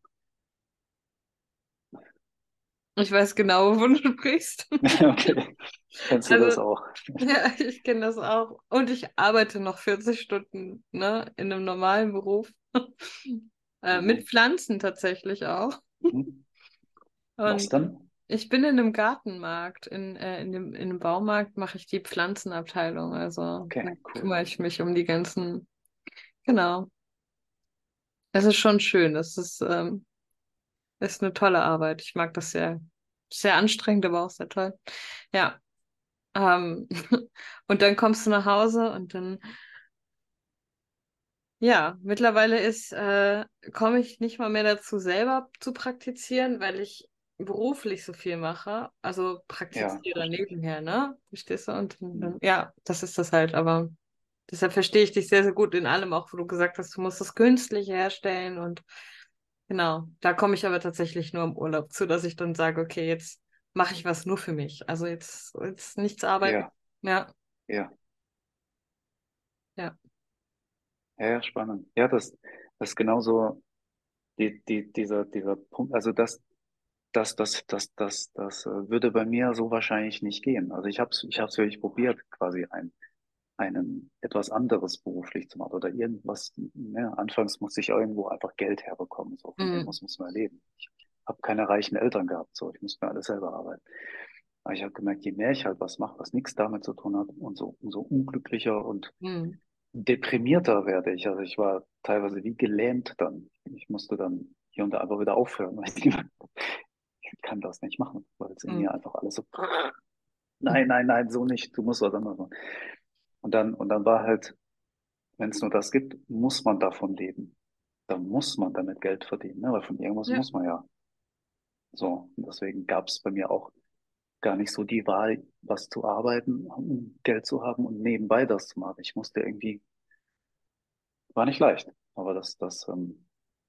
Ich weiß genau, wovon du sprichst. Okay, kennst du das Also, auch? ja, ich kenne das auch. Und ich arbeite noch 40 Stunden, ne, in einem normalen Beruf. Mhm. Mit Pflanzen tatsächlich auch. Mhm. Was Und denn? ich bin in einem Gartenmarkt, in einem Baumarkt mache ich die Pflanzenabteilung. Also Okay, da cool. kümmere ich mich um die ganzen, genau. Es ist schon schön. Ist eine tolle Arbeit. Ich mag das sehr. Sehr anstrengend, aber auch sehr toll. Ja. Ähm, und dann kommst du nach Hause und dann, ja, mittlerweile komme ich nicht mal mehr dazu, selber zu praktizieren, weil ich beruflich so viel mache. Also Ja, praktiziere verstehe ich. nebenher, ne? Verstehst du? Und Mhm. dann, ja, das ist das halt. Aber deshalb verstehe ich dich sehr, sehr gut in allem, auch wo du gesagt hast, du musst das künstlich herstellen. Und genau, da komme ich aber tatsächlich nur im Urlaub zu, dass ich dann sage, okay, jetzt mache ich was nur für mich. Also jetzt nichts arbeiten. Ja, Ja, ja, ja. ja, ja, spannend. Ja, das ist genauso dieser Punkt, also das würde bei mir so wahrscheinlich nicht gehen. Also ich hab's wirklich probiert, quasi einen etwas anderes beruflich zu machen oder irgendwas. Ne? Anfangs musste ich irgendwo einfach Geld herbekommen. So von Mhm. irgendwas muss man leben. Ich habe keine reichen Eltern gehabt, so ich musste mir alles selber arbeiten. Aber ich habe gemerkt, je mehr ich halt was mache, was nichts damit zu tun hat, umso unglücklicher und Mhm. deprimierter werde ich. Also ich war teilweise wie gelähmt dann. Ich musste dann hier und da einfach wieder aufhören, weil ich gemerkt habe, ich kann das nicht machen, weil es in Mhm. mir einfach alles so, nein, nein, nein, so nicht, du musst was anderes machen. Und dann war halt, wenn es nur das gibt, muss man davon leben. Da muss man damit Geld verdienen, ne? Weil von irgendwas Ja. muss man ja. So, und deswegen gab es bei mir auch gar nicht so die Wahl, was zu arbeiten, um Geld zu haben und nebenbei das zu machen. Ich musste irgendwie, war nicht leicht, aber das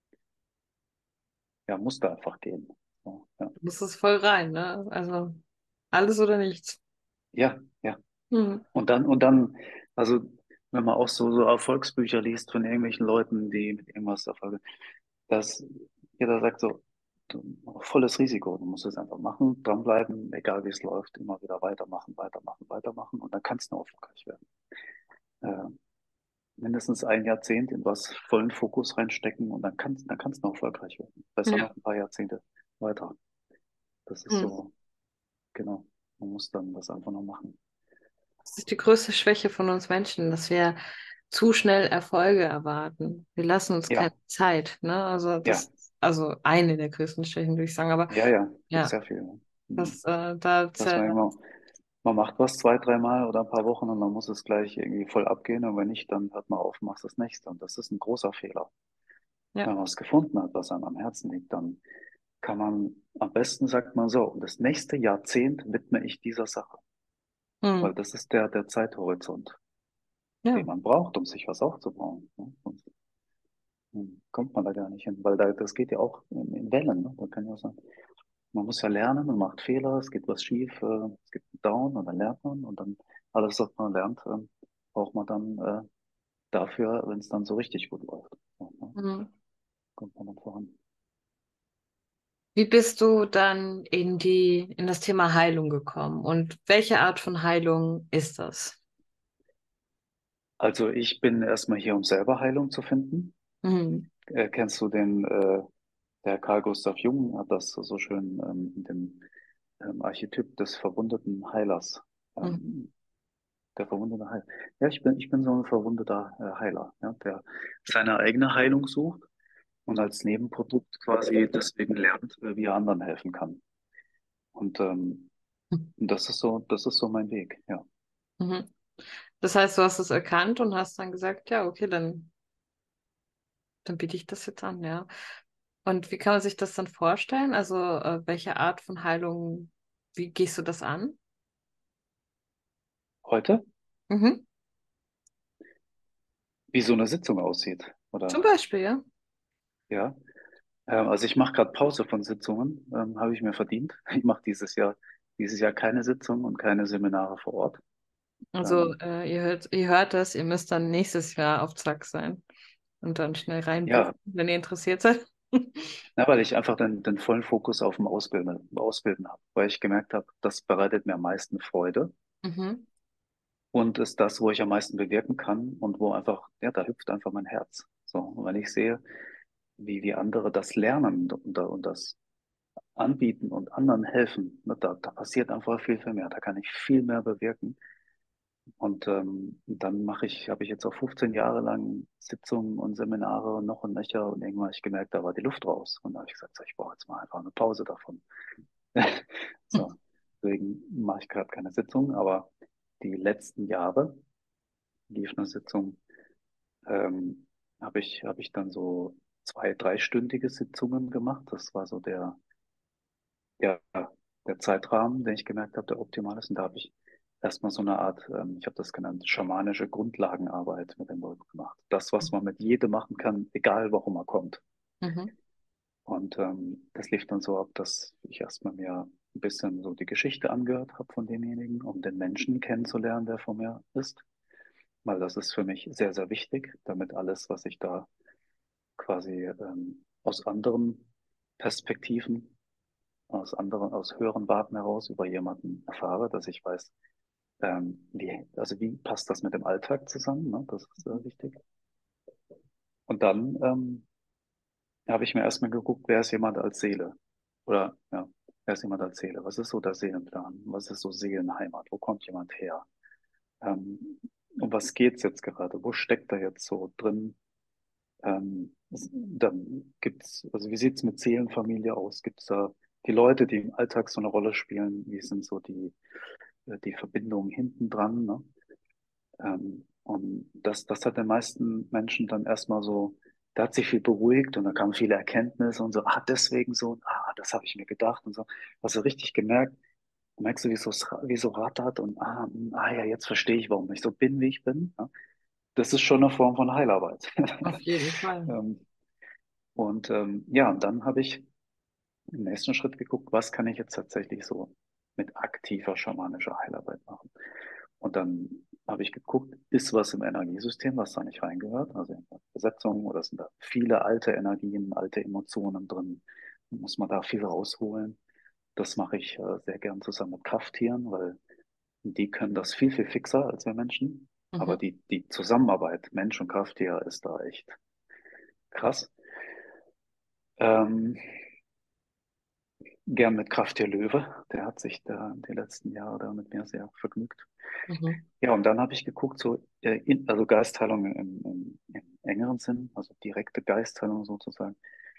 ja, musste einfach gehen. So, ja. Du musst es voll rein, ne? Also alles oder nichts. Ja, ja. Mhm. Und dann, also wenn man auch so Erfolgsbücher liest von irgendwelchen Leuten, die mit irgendwas Erfolg, dass jeder sagt so, volles Risiko, du musst es einfach machen, dranbleiben, egal wie es läuft, immer wieder weitermachen, weitermachen, weitermachen und dann kannst du erfolgreich werden. Äh, Mindestens ein Jahrzehnt in was vollen Fokus reinstecken und dann kannst du erfolgreich werden. Besser Ja. noch ein paar Jahrzehnte weiter. Das ist Mhm. so, genau. Man muss dann das einfach noch machen. Das ist die größte Schwäche von uns Menschen, dass wir zu schnell Erfolge erwarten. Wir lassen uns keine Ja, Zeit, ne? Also ja, also eine der größten Schwächen, würde ich sagen. Aber ja, ja, gibt ja, sehr viel. Ne? Mhm. das, da, Dass man immer, man macht was zwei, dreimal oder ein paar Wochen und dann muss es gleich irgendwie voll abgehen und wenn nicht, dann hört man auf, machst das nächste und das ist ein großer Fehler. ja. Wenn man es gefunden hat, was einem am Herzen liegt, dann kann man, am besten sagt man so, das nächste Jahrzehnt widme ich dieser Sache, weil Mhm. das ist der Zeithorizont, den Ja. man braucht, um sich was aufzubauen. Ne? Sonst kommt man da gar nicht hin, weil das geht ja auch in Wellen. Ne? Da kann ja auch sein, man muss ja lernen, man macht Fehler, es geht was schief, es gibt einen Down und dann lernt man und dann alles, was man lernt, braucht man dann dafür, wenn es dann so richtig gut läuft. So, ne? Mhm. Kommt man dann voran. Wie bist du dann in das Thema Heilung gekommen? Und welche Art von Heilung ist das? Also ich bin erstmal hier, um selber Heilung zu finden. Mhm. Kennst du der Carl Gustav Jung hat das so schön in dem Archetyp des verwundeten Heilers. Mhm. Ähm, Der verwundete Heiler. Ja, ich bin so ein verwundeter Heiler, ja, der seine eigene Heilung sucht und als Nebenprodukt quasi deswegen lernt, wie er anderen helfen kann. Und das ist so mein Weg, ja. Mhm. Das heißt, du hast es erkannt und hast dann gesagt, ja, okay, dann biete ich das jetzt an, ja. Und wie kann man sich das dann vorstellen? Also, welche Art von Heilung, wie gehst du das an? Heute, Mhm. wie so eine Sitzung aussieht, Zum oder Beispiel, ja. ja. Also ich mache gerade Pause von Sitzungen, habe ich mir verdient. Ich mache dieses Jahr keine Sitzung und keine Seminare vor Ort. Also Ähm, ihr hört das, ihr müsst dann nächstes Jahr auf Zack sein und dann schnell reinbuchen, ja, wenn ihr interessiert seid. na, weil ich einfach den vollen Fokus auf dem Ausbilden habe, weil ich gemerkt habe, das bereitet mir am meisten Freude Mhm. und ist das, wo ich am meisten bewirken kann und wo einfach, ja, da hüpft einfach mein Herz. So, und wenn ich sehe, wie andere das lernen und das anbieten und anderen helfen, ne, da passiert einfach viel mehr. Da kann ich viel mehr bewirken. Und dann habe ich jetzt auch 15 Jahre lang Sitzungen und Seminare noch und nöcher und irgendwann habe ich gemerkt, da war die Luft raus. Und da habe ich gesagt, so, ich brauche jetzt mal einfach eine Pause davon. So, deswegen mache ich gerade keine Sitzung, aber die letzten Jahre lief eine Sitzung, habe ich dann so dreistündige Sitzungen gemacht. Das war so ja, der Zeitrahmen, den ich gemerkt habe, der optimal ist. Und da habe ich erstmal so eine Art, ich habe das genannt, schamanische Grundlagenarbeit mit den Leuten gemacht. Das, was man mit jedem machen kann, egal warum er kommt. Mhm. Und das lief dann so ab, dass ich erstmal mir ein bisschen so die Geschichte angehört habe von demjenigen, um den Menschen kennenzulernen, der vor mir ist. Weil das ist für mich sehr wichtig, damit alles, was ich da quasi aus anderen Perspektiven, aus höheren Warten heraus über jemanden erfahre, dass ich weiß, also wie passt das mit dem Alltag zusammen, ne? Das ist wichtig. Und dann habe ich mir erstmal geguckt, wer ist jemand als Seele? Oder ja, wer ist jemand als Seele? Was ist so der Seelenplan? Was ist so Seelenheimat? Wo kommt jemand her? Um was geht's jetzt gerade? Wo steckt er jetzt so drin? Dann gibt's, also wie sieht's mit Seelenfamilie aus? Gibt's da die Leute, die im Alltag so eine Rolle spielen? Wie sind so die Verbindungen hinten dran? Ne? Und das hat den meisten Menschen dann erstmal so, da hat sich viel beruhigt und da kamen viele Erkenntnisse und so, deswegen so, das habe ich mir gedacht und so. Hast du richtig gemerkt, merkst du, wie so rattert und ja, jetzt verstehe ich, warum ich so bin, wie ich bin. Ja? Das ist schon eine Form von Heilarbeit. Auf jeden Fall. Ähm, ja, und dann habe ich im nächsten Schritt geguckt, was kann ich jetzt tatsächlich so mit aktiver schamanischer Heilarbeit machen. Und dann habe ich geguckt, ist was im Energiesystem, was da nicht reingehört, also in der Besetzung oder sind da viele alte Energien, alte Emotionen drin, muss man da viel rausholen. Das mache ich sehr gern zusammen mit Krafttieren, weil die können das viel fixer als wir Menschen. Aber Mhm. die Zusammenarbeit Mensch und Krafttier ist da echt krass. Ähm, Gern mit Krafttier Löwe. Der hat sich da die letzten Jahre da mit mir sehr vergnügt. Mhm. Ja, und dann habe ich geguckt, also Geistheilung im engeren Sinn, also direkte Geistheilung sozusagen,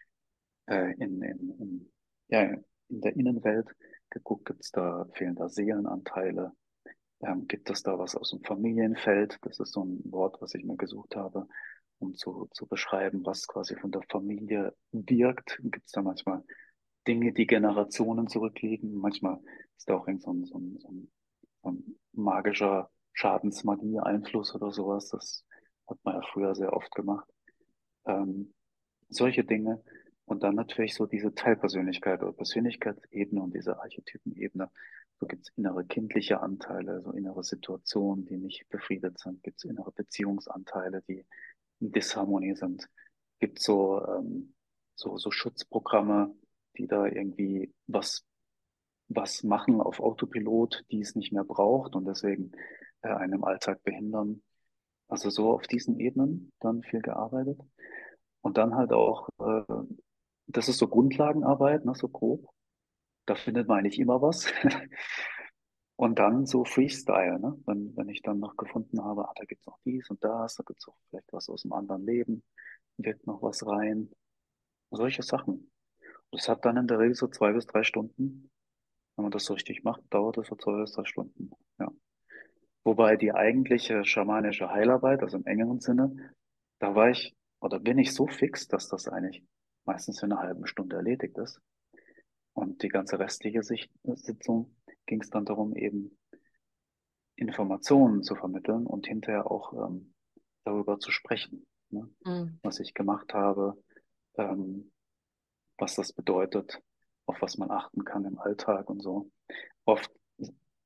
ja, in der Innenwelt geguckt, fehlen da Seelenanteile, gibt es da was aus dem Familienfeld? Das ist so ein Wort, was ich mir gesucht habe, um zu beschreiben, was quasi von der Familie wirkt. Gibt es da manchmal Dinge, die Generationen zurückliegen? Manchmal ist da auch so ein magischer Schadensmagie-Einfluss oder sowas. Das hat man ja früher sehr oft gemacht. Ähm, Solche Dinge. Und dann natürlich so diese Teilpersönlichkeit oder Persönlichkeitsebene und diese Archetypenebene. So gibt es innere kindliche Anteile, so innere Situationen, die nicht befriedet sind. Gibt es innere Beziehungsanteile, die in Disharmonie sind. Gibt so Schutzprogramme, die da irgendwie was machen auf Autopilot, die es nicht mehr braucht und deswegen einen im Alltag behindern. Also so auf diesen Ebenen dann viel gearbeitet. Und dann halt auch, das ist so Grundlagenarbeit, ne, so grob. Da findet man eigentlich immer was. Und dann so Freestyle, ne? Wenn ich dann noch gefunden habe, da gibt's noch dies und das, da gibt's auch vielleicht was aus dem anderen Leben, wirkt noch was rein. Solche Sachen. Das hat dann in der Regel so 2 bis 3 Stunden. Wenn man das so richtig macht, dauert das so 2 bis 3 Stunden. Ja. Wobei die eigentliche schamanische Heilarbeit, also im engeren Sinne, da war ich oder bin ich so fix, dass das eigentlich meistens in einer halben Stunde erledigt ist. Und die ganze restliche Sitzung ging es dann darum, eben Informationen zu vermitteln und hinterher auch darüber zu sprechen, ne? Mhm. Was ich gemacht habe, ähm, was das bedeutet, auf was man achten kann im Alltag und so. Oft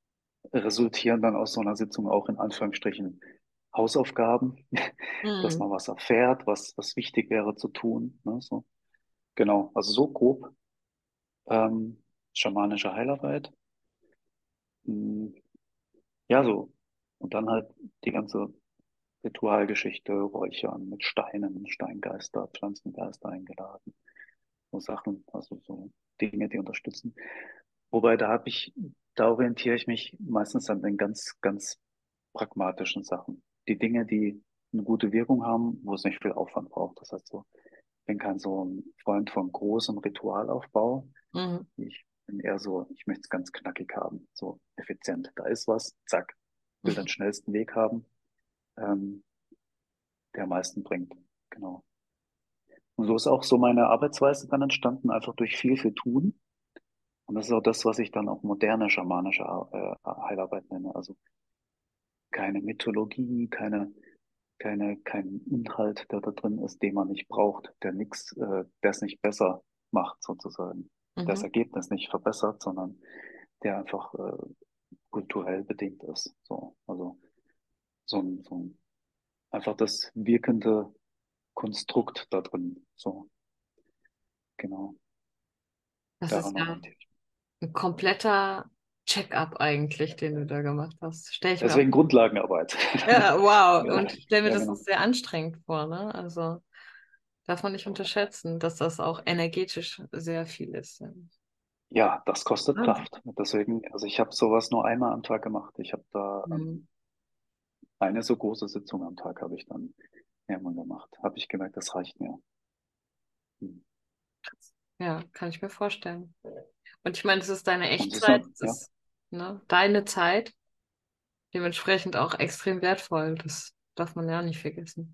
resultieren dann aus so einer Sitzung auch in Anführungsstrichen Hausaufgaben, dass Mhm. man was erfährt, was wichtig wäre zu tun. Ne, so. Genau, also so grob schamanische Heilarbeit. Mm, ja, so. Und dann halt die ganze Ritualgeschichte, Räuchern mit Steinen, Steingeister, Pflanzengeister eingeladen. So Sachen, also so Dinge, die unterstützen. Wobei da orientiere ich mich meistens an den ganz pragmatischen Sachen. Die Dinge, die eine gute Wirkung haben, wo es nicht viel Aufwand braucht. Das heißt so, ich bin kein so ein Freund von großem Ritualaufbau. Mhm. Ich bin eher so, ich möchte es ganz knackig haben, so effizient. Da ist was, zack, will den schnellsten Weg haben, ähm, der am meisten bringt. Genau. Und so ist auch so meine Arbeitsweise dann entstanden, einfach durch viel tun. Und das ist auch das, was ich dann auch moderne schamanische Heilarbeit nenne. Also keine Mythologie, kein Inhalt, der da drin ist, den man nicht braucht, der es nicht besser macht, sozusagen. Der das Mhm. Ergebnis nicht verbessert, sondern der einfach kulturell bedingt ist. So, also einfach das wirkende Konstrukt da drin. So, genau. Das ist Daran ja orientiere ich mich. ein kompletter Check-up eigentlich, den du da gemacht hast. Stell ich mir auch. Deswegen Grundlagenarbeit. Ja, wow. Ja, Und ich stelle mir ja, das auch genau. sehr anstrengend vor, ne? Also darf man nicht unterschätzen, dass das auch energetisch sehr viel ist. Ja, das kostet Wahnsinn. Kraft. Deswegen, also ich habe sowas nur einmal am Tag gemacht. Ich habe da Mhm. eine so große Sitzung am Tag habe ich dann irgendwann gemacht. Habe ich gemerkt, das reicht mir. Hm. Ja, kann ich mir vorstellen. Und ich meine, das ist deine Und es ist Echtzeit, so, das ja. ist, ne, deine Zeit, dementsprechend auch extrem wertvoll. Das darf man ja nicht vergessen.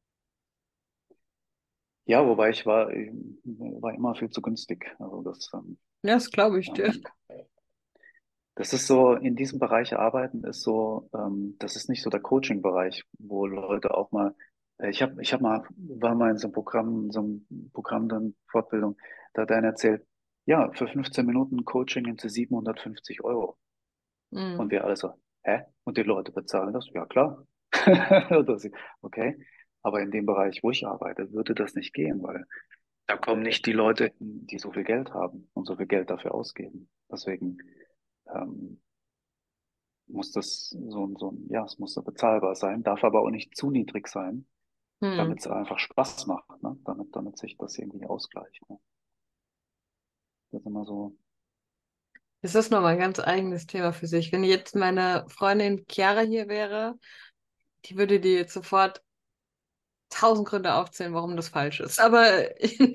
Ja, wobei war immer viel zu günstig. Also Ja, das glaube ich dir. ähm, das ist so, in diesem Bereich arbeiten ist so, das ist nicht so der Coaching-Bereich, wo Leute auch mal, war mal in so einem Programm dann Fortbildung, da hat einer erzählt, ja, für 15 Minuten Coaching nimmt sie 750 €. Und Mhm. wir alle so, hä? Und die Leute bezahlen das? Ja, klar. Oder okay. Aber in dem Bereich, wo ich arbeite, würde das nicht gehen, weil da kommen nicht die Leute, die so viel Geld haben und so viel Geld dafür ausgeben. Deswegen ähm, muss das ja, es muss so bezahlbar sein, darf aber auch nicht zu niedrig sein, Mhm. damit es einfach Spaß macht, ne? Damit sich das irgendwie ausgleicht. Ne? Das ist immer so. Das ist nochmal ein ganz eigenes Thema für sich. Wenn jetzt meine Freundin Chiara hier wäre, die würde dir jetzt sofort 1000 Gründe aufzählen, warum das falsch ist. Aber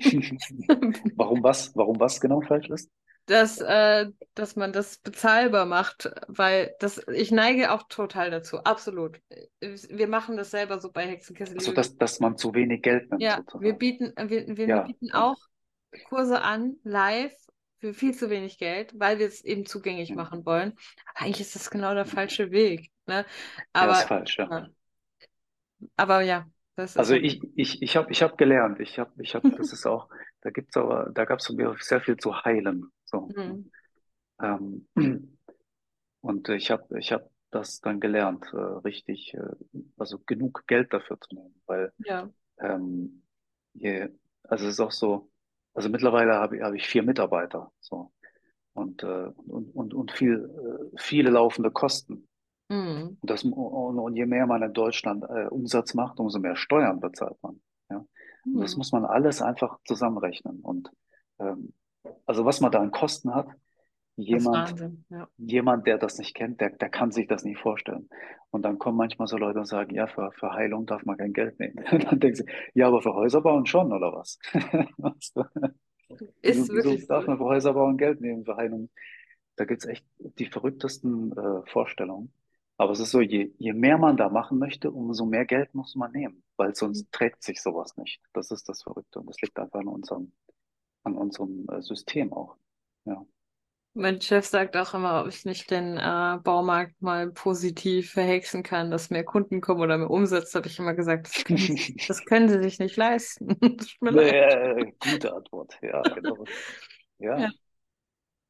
Warum was genau falsch ist? dass man das bezahlbar macht, weil ich neige auch total dazu, absolut. Wir machen das selber so bei Also, Hexenkessel. dass man zu wenig Geld nimmt, Ja, wir sozusagen. bieten, wir Ja, bieten auch Kurse an, live, für viel zu wenig Geld, weil wir es eben zugänglich ja, machen wollen. Aber eigentlich ist das genau der falsche Weg, ne? ja, ist Aber, falsch, ja. ja, aber ja, das ist Also halt. ich hab gelernt, das ist auch, da gab es von mir sehr viel zu heilen. So, ne? Mhm. Ähm, und ich hab das dann gelernt, also genug Geld dafür zu nehmen, weil Ja, ähm, also es ist auch so, also mittlerweile hab ich 4 Mitarbeiter, so und viele laufende Kosten. mhm. Und je mehr man in Deutschland Umsatz macht, umso mehr Steuern bezahlt man. Ja? Und das Mhm. muss man alles einfach zusammenrechnen. Und ähm, also was man da an Kosten hat, Das ist jemand, Wahnsinn, ja. jemand, der das nicht kennt, der kann sich das nicht vorstellen. Und dann kommen manchmal so Leute und sagen, ja, für Heilung darf man kein Geld nehmen. Und dann denken sie, ja, aber für Häuser bauen schon, oder was? Weißt du? Ist Wieso wirklich so. darf man für Häuser bauen Geld nehmen für Heilung? Da gibt's echt die verrücktesten Vorstellungen. Aber es ist so, je mehr man da machen möchte, umso mehr Geld muss man nehmen, weil sonst trägt sich sowas nicht. Das ist das Verrückte. Und das liegt einfach an unserem System auch. Ja. Mein Chef sagt auch immer, ob ich nicht den Baumarkt mal positiv verhexen kann, dass mehr Kunden kommen oder mehr Umsatz. Habe ich immer gesagt, das können sie sich nicht leisten. Tut mir leid. Gute Antwort. Ja, genau. Ja. Ja.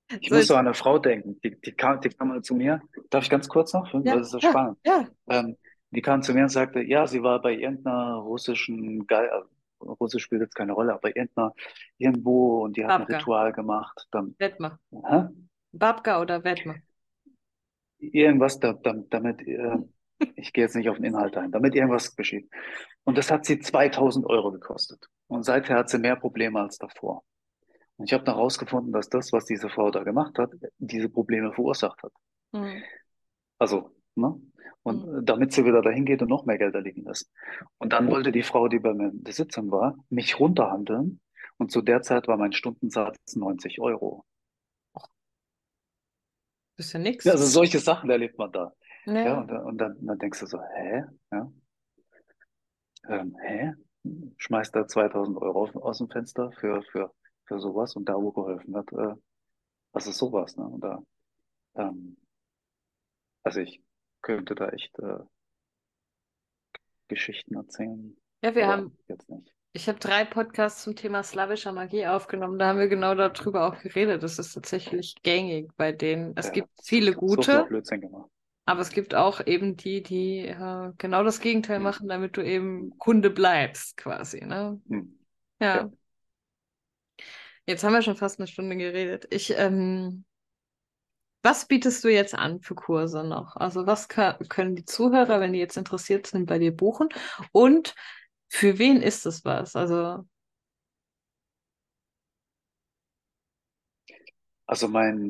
Ich So, muss so jetzt, an eine Frau denken, die kam mal zu mir. Darf ich ganz kurz noch? Weil ja, das ist so ja, spannend. ja, Die kam zu mir und sagte, ja, sie war bei irgendeiner Russisch spielt jetzt keine Rolle, aber irgendwo und die hat ein Babka, Ritual gemacht. Dann, Vedma. hä? Babka oder Vedma. Irgendwas, damit, ich gehe jetzt nicht auf den Inhalt ein, damit irgendwas geschieht. Und das hat sie 2.000 € gekostet. Und seither hat sie mehr Probleme als davor. Und ich habe dann herausgefunden, dass das, was diese Frau da gemacht hat, diese Probleme verursacht hat. Hm, Also, ne? Und hm. damit sie wieder dahin geht und noch mehr Geld da liegen lässt. Und dann wollte die Frau, die bei mir in der Sitzung war, mich runterhandeln. Und zu der Zeit war mein Stundensatz 90 €. Das ist ja Ja, nix. also solche Sachen erlebt man da. Ja, Ja. und dann denkst du so, hä? Ja, hä? Schmeißt da 2.000 € aus dem Fenster für sowas und da, wo geholfen wird, was ist sowas, ne? Und da, ähm, also ich könnte da echt Geschichten erzählen, Ja, aber jetzt nicht. ich habe 3 Podcasts zum Thema slawischer Magie aufgenommen. Da haben wir genau darüber auch geredet. Das ist tatsächlich gängig bei denen. Es Ja, gibt viele so viel gute, Blödsinn gemacht. aber Hm, es gibt auch eben die, die genau das Gegenteil hm, machen, damit du hm, eben Kunde bleibst, quasi, ne? hm. Ja. Ja. Jetzt haben wir schon fast eine Stunde geredet. Was bietest du jetzt an für Kurse noch? Also was können die Zuhörer, wenn die jetzt interessiert sind, bei dir buchen? Und für wen ist es was? Also, Also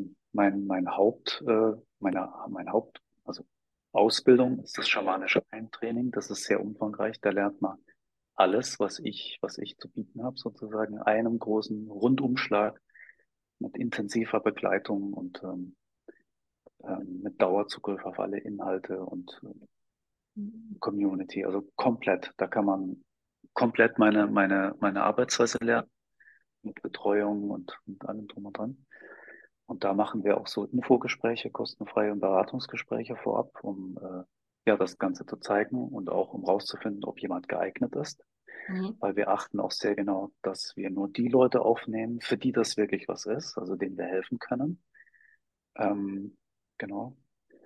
mein Haupt, also Ausbildung ist das schamanische Eintraining. Das ist sehr umfangreich. Da lernt man alles, was ich zu bieten habe, sozusagen in einem großen Rundumschlag mit intensiver Begleitung und mit Dauerzugriff auf alle Inhalte und Community. Also komplett. Da kann man komplett meine Arbeitsweise lernen mit Betreuung und allem drum und dran. Und da machen wir auch so Infogespräche, kostenfreie und Beratungsgespräche vorab, um ja das Ganze zu zeigen und auch um rauszufinden, ob jemand geeignet ist. mhm. Weil wir achten auch sehr genau, dass wir nur die Leute aufnehmen, für die das wirklich was ist, also denen wir helfen können. Ähm, genau.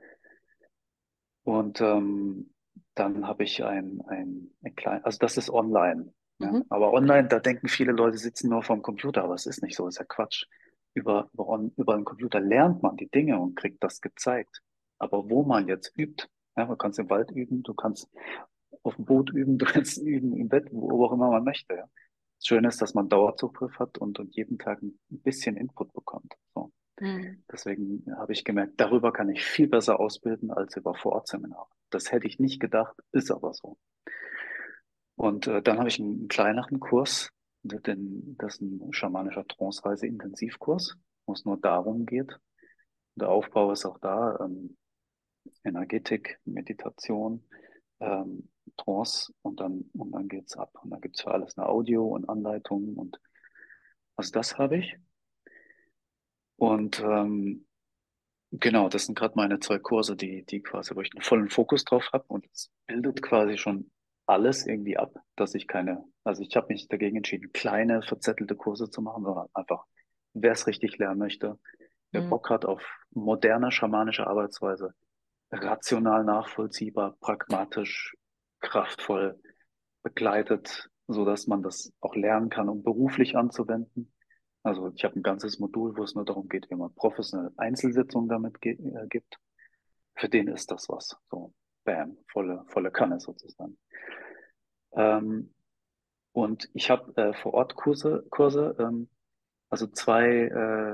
Und dann habe ich ein klein, also das ist online. Ja. Mhm. Aber online, da denken viele Leute, sitzen nur vorm Computer, aber es ist nicht so, ist ja Quatsch. Über den Computer lernt man die Dinge und kriegt das gezeigt. Aber wo man jetzt übt, ja, man kann es im Wald üben, du kannst auf dem Boot üben, du kannst üben im Bett, wo auch immer man möchte. Ja. Das Schöne ist, dass man Dauerzugriff hat und jeden Tag ein bisschen Input bekommt. So. Mhm. Deswegen habe ich gemerkt, darüber kann ich viel besser ausbilden als über Vorortseminare. Das hätte ich nicht gedacht, ist aber so. Und dann habe ich einen kleineren Kurs, das ist ein schamanischer Trance-Reise-Intensivkurs, wo es nur darum geht. Der Aufbau ist auch da, Energetik, Meditation, Trance und dann geht's ab. Und da gibt's für alles eine Audio und Anleitung und also das habe ich. Und genau, das sind gerade meine 2 Kurse, die quasi, wo ich einen vollen Fokus drauf habe und es bildet quasi schon alles irgendwie ab, dass ich keine, also ich habe mich dagegen entschieden, kleine verzettelte Kurse zu machen, sondern einfach, wer es richtig lernen möchte, wer Mhm. Bock hat auf moderne schamanische Arbeitsweise, rational nachvollziehbar, pragmatisch, kraftvoll begleitet, so dass man das auch lernen kann, um beruflich anzuwenden. Also ich habe ein ganzes Modul, wo es nur darum geht, wie man professionelle Einzelsitzungen damit gibt. Für den ist das was. So, bam, volle Kanne sozusagen. Ähm, und ich habe vor Ort Kurse, also 2,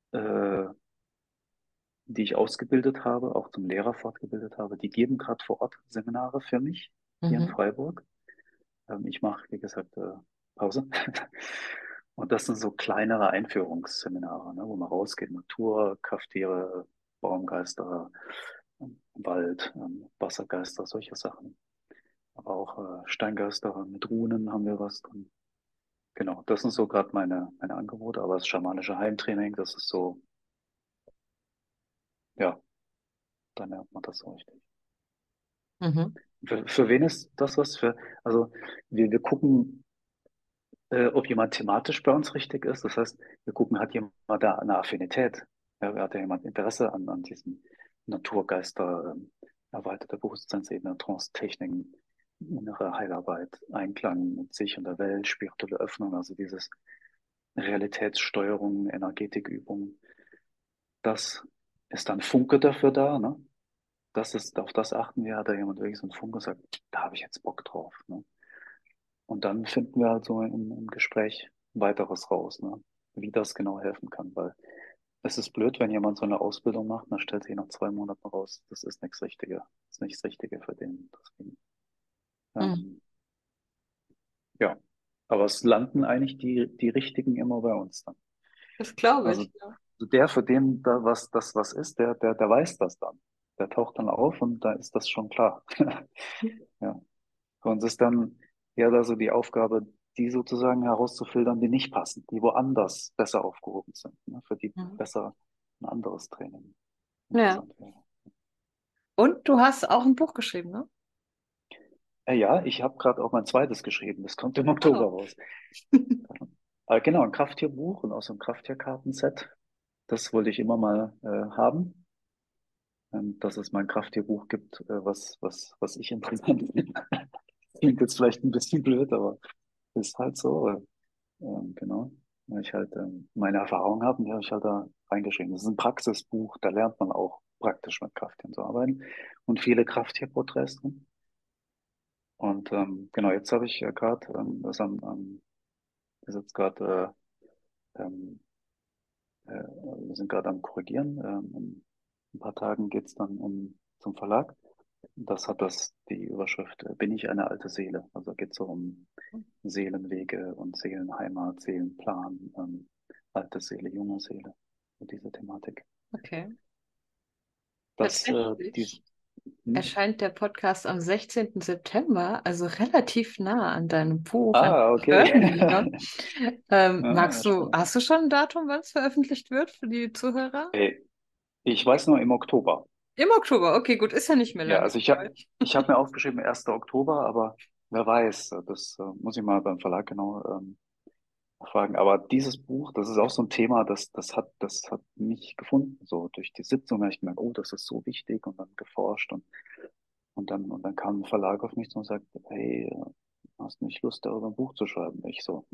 die ich ausgebildet habe, auch zum Lehrer fortgebildet habe, die geben gerade vor Ort Seminare für mich hier in Mhm. Freiburg. Ich mache, wie gesagt, Pause. Und das sind so kleinere Einführungsseminare, ne, wo man rausgeht, Natur, Krafttiere, Baumgeister, Wald, Wassergeister, solche Sachen. Aber auch Steingeister mit Runen haben wir was drin. Genau, das sind so gerade meine Angebote, aber das schamanische Heimtraining, das ist so, ja, da lernt man das so richtig. Mhm. Für wen ist das was? Also wir gucken, ob jemand thematisch bei uns richtig ist. Das heißt, wir gucken, hat jemand da eine Affinität? Hatte jemand Interesse an diesem Naturgeister, erweiterte Bewusstseinsebene, Trance-Techniken, innere Heilarbeit, Einklang mit sich und der Welt, spirituelle Öffnung, also dieses Realitätssteuerung, Energetikübung. Das ist dann Funke dafür da, ne? Auf das achten wir, hat da jemand wirklich so einen Funke und sagt, da habe ich jetzt Bock drauf, ne? Und dann finden wir halt so im Gespräch weiteres raus, ne? Wie das genau helfen kann, weil es ist blöd, wenn jemand so eine Ausbildung macht, dann stellt sich nach 2 Monaten raus, das ist nichts Richtiges, das ist nicht das Richtige für den. Deswegen, Mhm. ähm, ja, aber es landen eigentlich die Richtigen immer bei uns dann. Das glaube Also ich. Ja. der, für den da was ist, der weiß das dann. Der taucht dann auf und da ist das schon klar. Ja. Für uns ist dann eher da so die Aufgabe, die sozusagen herauszufiltern, die nicht passen, die woanders besser aufgehoben sind, ne? Für die Mhm. besser ein anderes Training Ja. interessant wäre. Und du hast auch ein Buch geschrieben, ne? Ja, ich habe gerade auch mein zweites geschrieben. Das kommt im Oktober Oh. raus. Genau, ein Krafttierbuch und auch so ein Krafttierkartenset. Das wollte ich immer mal haben, dass es mal ein Krafttierbuch gibt, was ich interessant finde. Klingt jetzt vielleicht ein bisschen blöd, aber ist halt so. Genau. Weil ich halt meine Erfahrung habe und die habe ich halt da reingeschrieben. Das ist ein Praxisbuch, da lernt man auch praktisch mit Krafttieren zu arbeiten und viele Krafttierporträts drin. Und genau, jetzt habe ich ja gerade wir sind gerade, wir sind gerade am Korrigieren. In ein paar Tagen geht's dann zum Verlag. Das hat die Überschrift Bin ich eine alte Seele? Also geht es so um Seelenwege und Seelenheimat, Seelenplan, alte Seele, junge Seele, so diese Thematik. Okay. Das, Tatsächlich dies, hm? erscheint der Podcast am 16. September, also relativ nah an deinem Buch, an Ah, der okay. Veröffentlichung. Ja, spannend. Hast du schon ein Datum, wann es veröffentlicht wird für die Zuhörer? Ich weiß nur im Oktober. Im Oktober, okay, gut, ist ja nicht mehr Ja, lange also für euch. ich hab mir aufgeschrieben 1. Oktober, aber wer weiß, das muss ich mal beim Verlag genau fragen. Aber dieses Buch, das ist auch so ein Thema, das hat mich gefunden. So durch die Sitzung habe ich gemerkt, oh, das ist so wichtig und dann geforscht und dann kam ein Verlag auf mich zu und sagt, hey, hast du nicht Lust, darüber ein Buch zu schreiben? Ich so,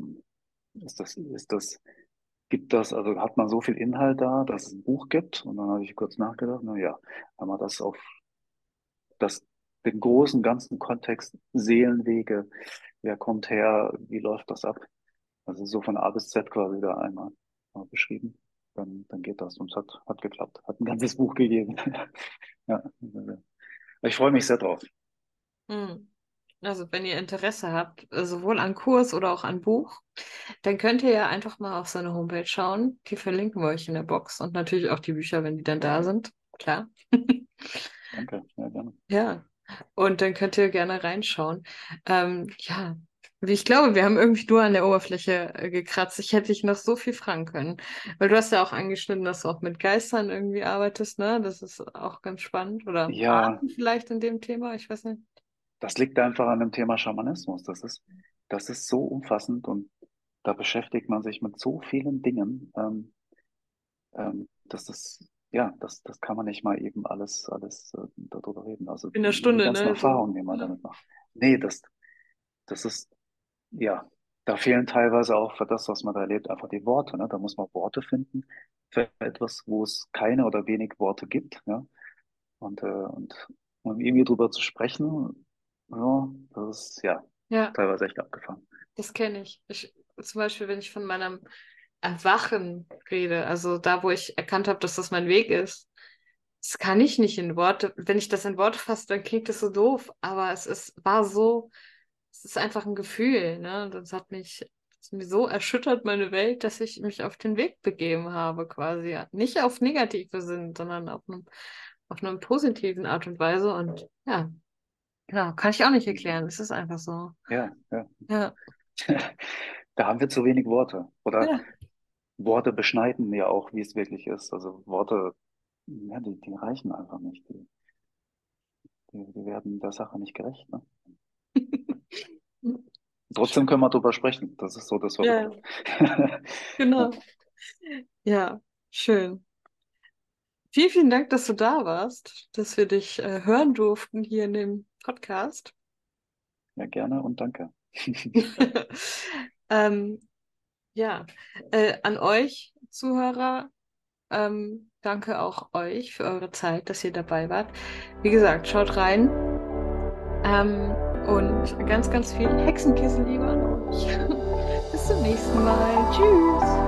gibt das, also hat man so viel Inhalt da, dass es ein Buch gibt? Und dann habe ich kurz nachgedacht, na ja, wenn man das auf das, den großen ganzen Kontext, Seelenwege, wer kommt her, wie läuft das ab? Also so von A bis Z quasi da einmal mal beschrieben. Dann geht das und es hat geklappt. Hat ein ganzes Buch gegeben. Ja, ich freue mich sehr drauf. Hm. Also, wenn ihr Interesse habt, sowohl an Kurs oder auch an Buch, dann könnt ihr ja einfach mal auf seine Homepage schauen. Die verlinken wir euch in der Box und natürlich auch die Bücher, wenn die dann da sind. Klar. Danke, ja, gerne. Ja, und dann könnt ihr gerne reinschauen. Ja, ich glaube, wir haben irgendwie nur an der Oberfläche gekratzt. Ich hätte dich noch so viel fragen können, weil du hast ja auch angeschnitten, dass du auch mit Geistern irgendwie arbeitest, ne? Das ist auch ganz spannend. Oder Ja, Ahnen vielleicht in dem Thema, ich weiß nicht. das liegt einfach an dem Thema Schamanismus. Das ist so umfassend und da beschäftigt man sich mit so vielen Dingen. Das ist, ja, das kann man nicht mal eben alles darüber reden. Also In der die Stunde, ganzen ne? So. Erfahrungen, die man Ja. damit macht. Nee, das ist, ja, da fehlen teilweise auch für das, was man da erlebt, einfach die Worte. Ne? Da muss man Worte finden für etwas, wo es keine oder wenig Worte gibt. Ja? Und irgendwie drüber zu sprechen, ja, das ist ja Ja, teilweise echt abgefahren. das kenne ich. Zum Beispiel, wenn ich von meinem Erwachen rede, also da, wo ich erkannt habe, dass das mein Weg ist. Das kann ich nicht in Worte. Wenn ich das in Worte fasse, dann klingt das so doof. Aber war so, es ist einfach ein Gefühl, ne? Das hat mich so erschüttert, meine Welt, dass ich mich auf den Weg begeben habe, quasi. Nicht auf negative Sinn, sondern auf einer positiven Art und Weise. Und ja, genau, kann ich auch nicht erklären. Es ist einfach so. Ja, ja. Ja, Da haben wir zu wenig Worte. Oder ja. Worte beschneiden ja auch, wie es wirklich ist. Also Worte, ja, die reichen einfach nicht. Die werden der Sache nicht gerecht. Ne? Trotzdem können wir drüber sprechen. Das ist so das Ja, Verrückte. Ja, genau. Ja, schön. Vielen, vielen Dank, dass du da warst, dass wir dich hören durften hier in dem Podcast. Ja, gerne und danke. ähm, ja, an euch Zuhörer, danke auch euch für eure Zeit, dass ihr dabei wart. Wie gesagt, schaut rein und ganz, ganz viel Hexenkissenliebe an euch. Bis zum nächsten Mal. Tschüss.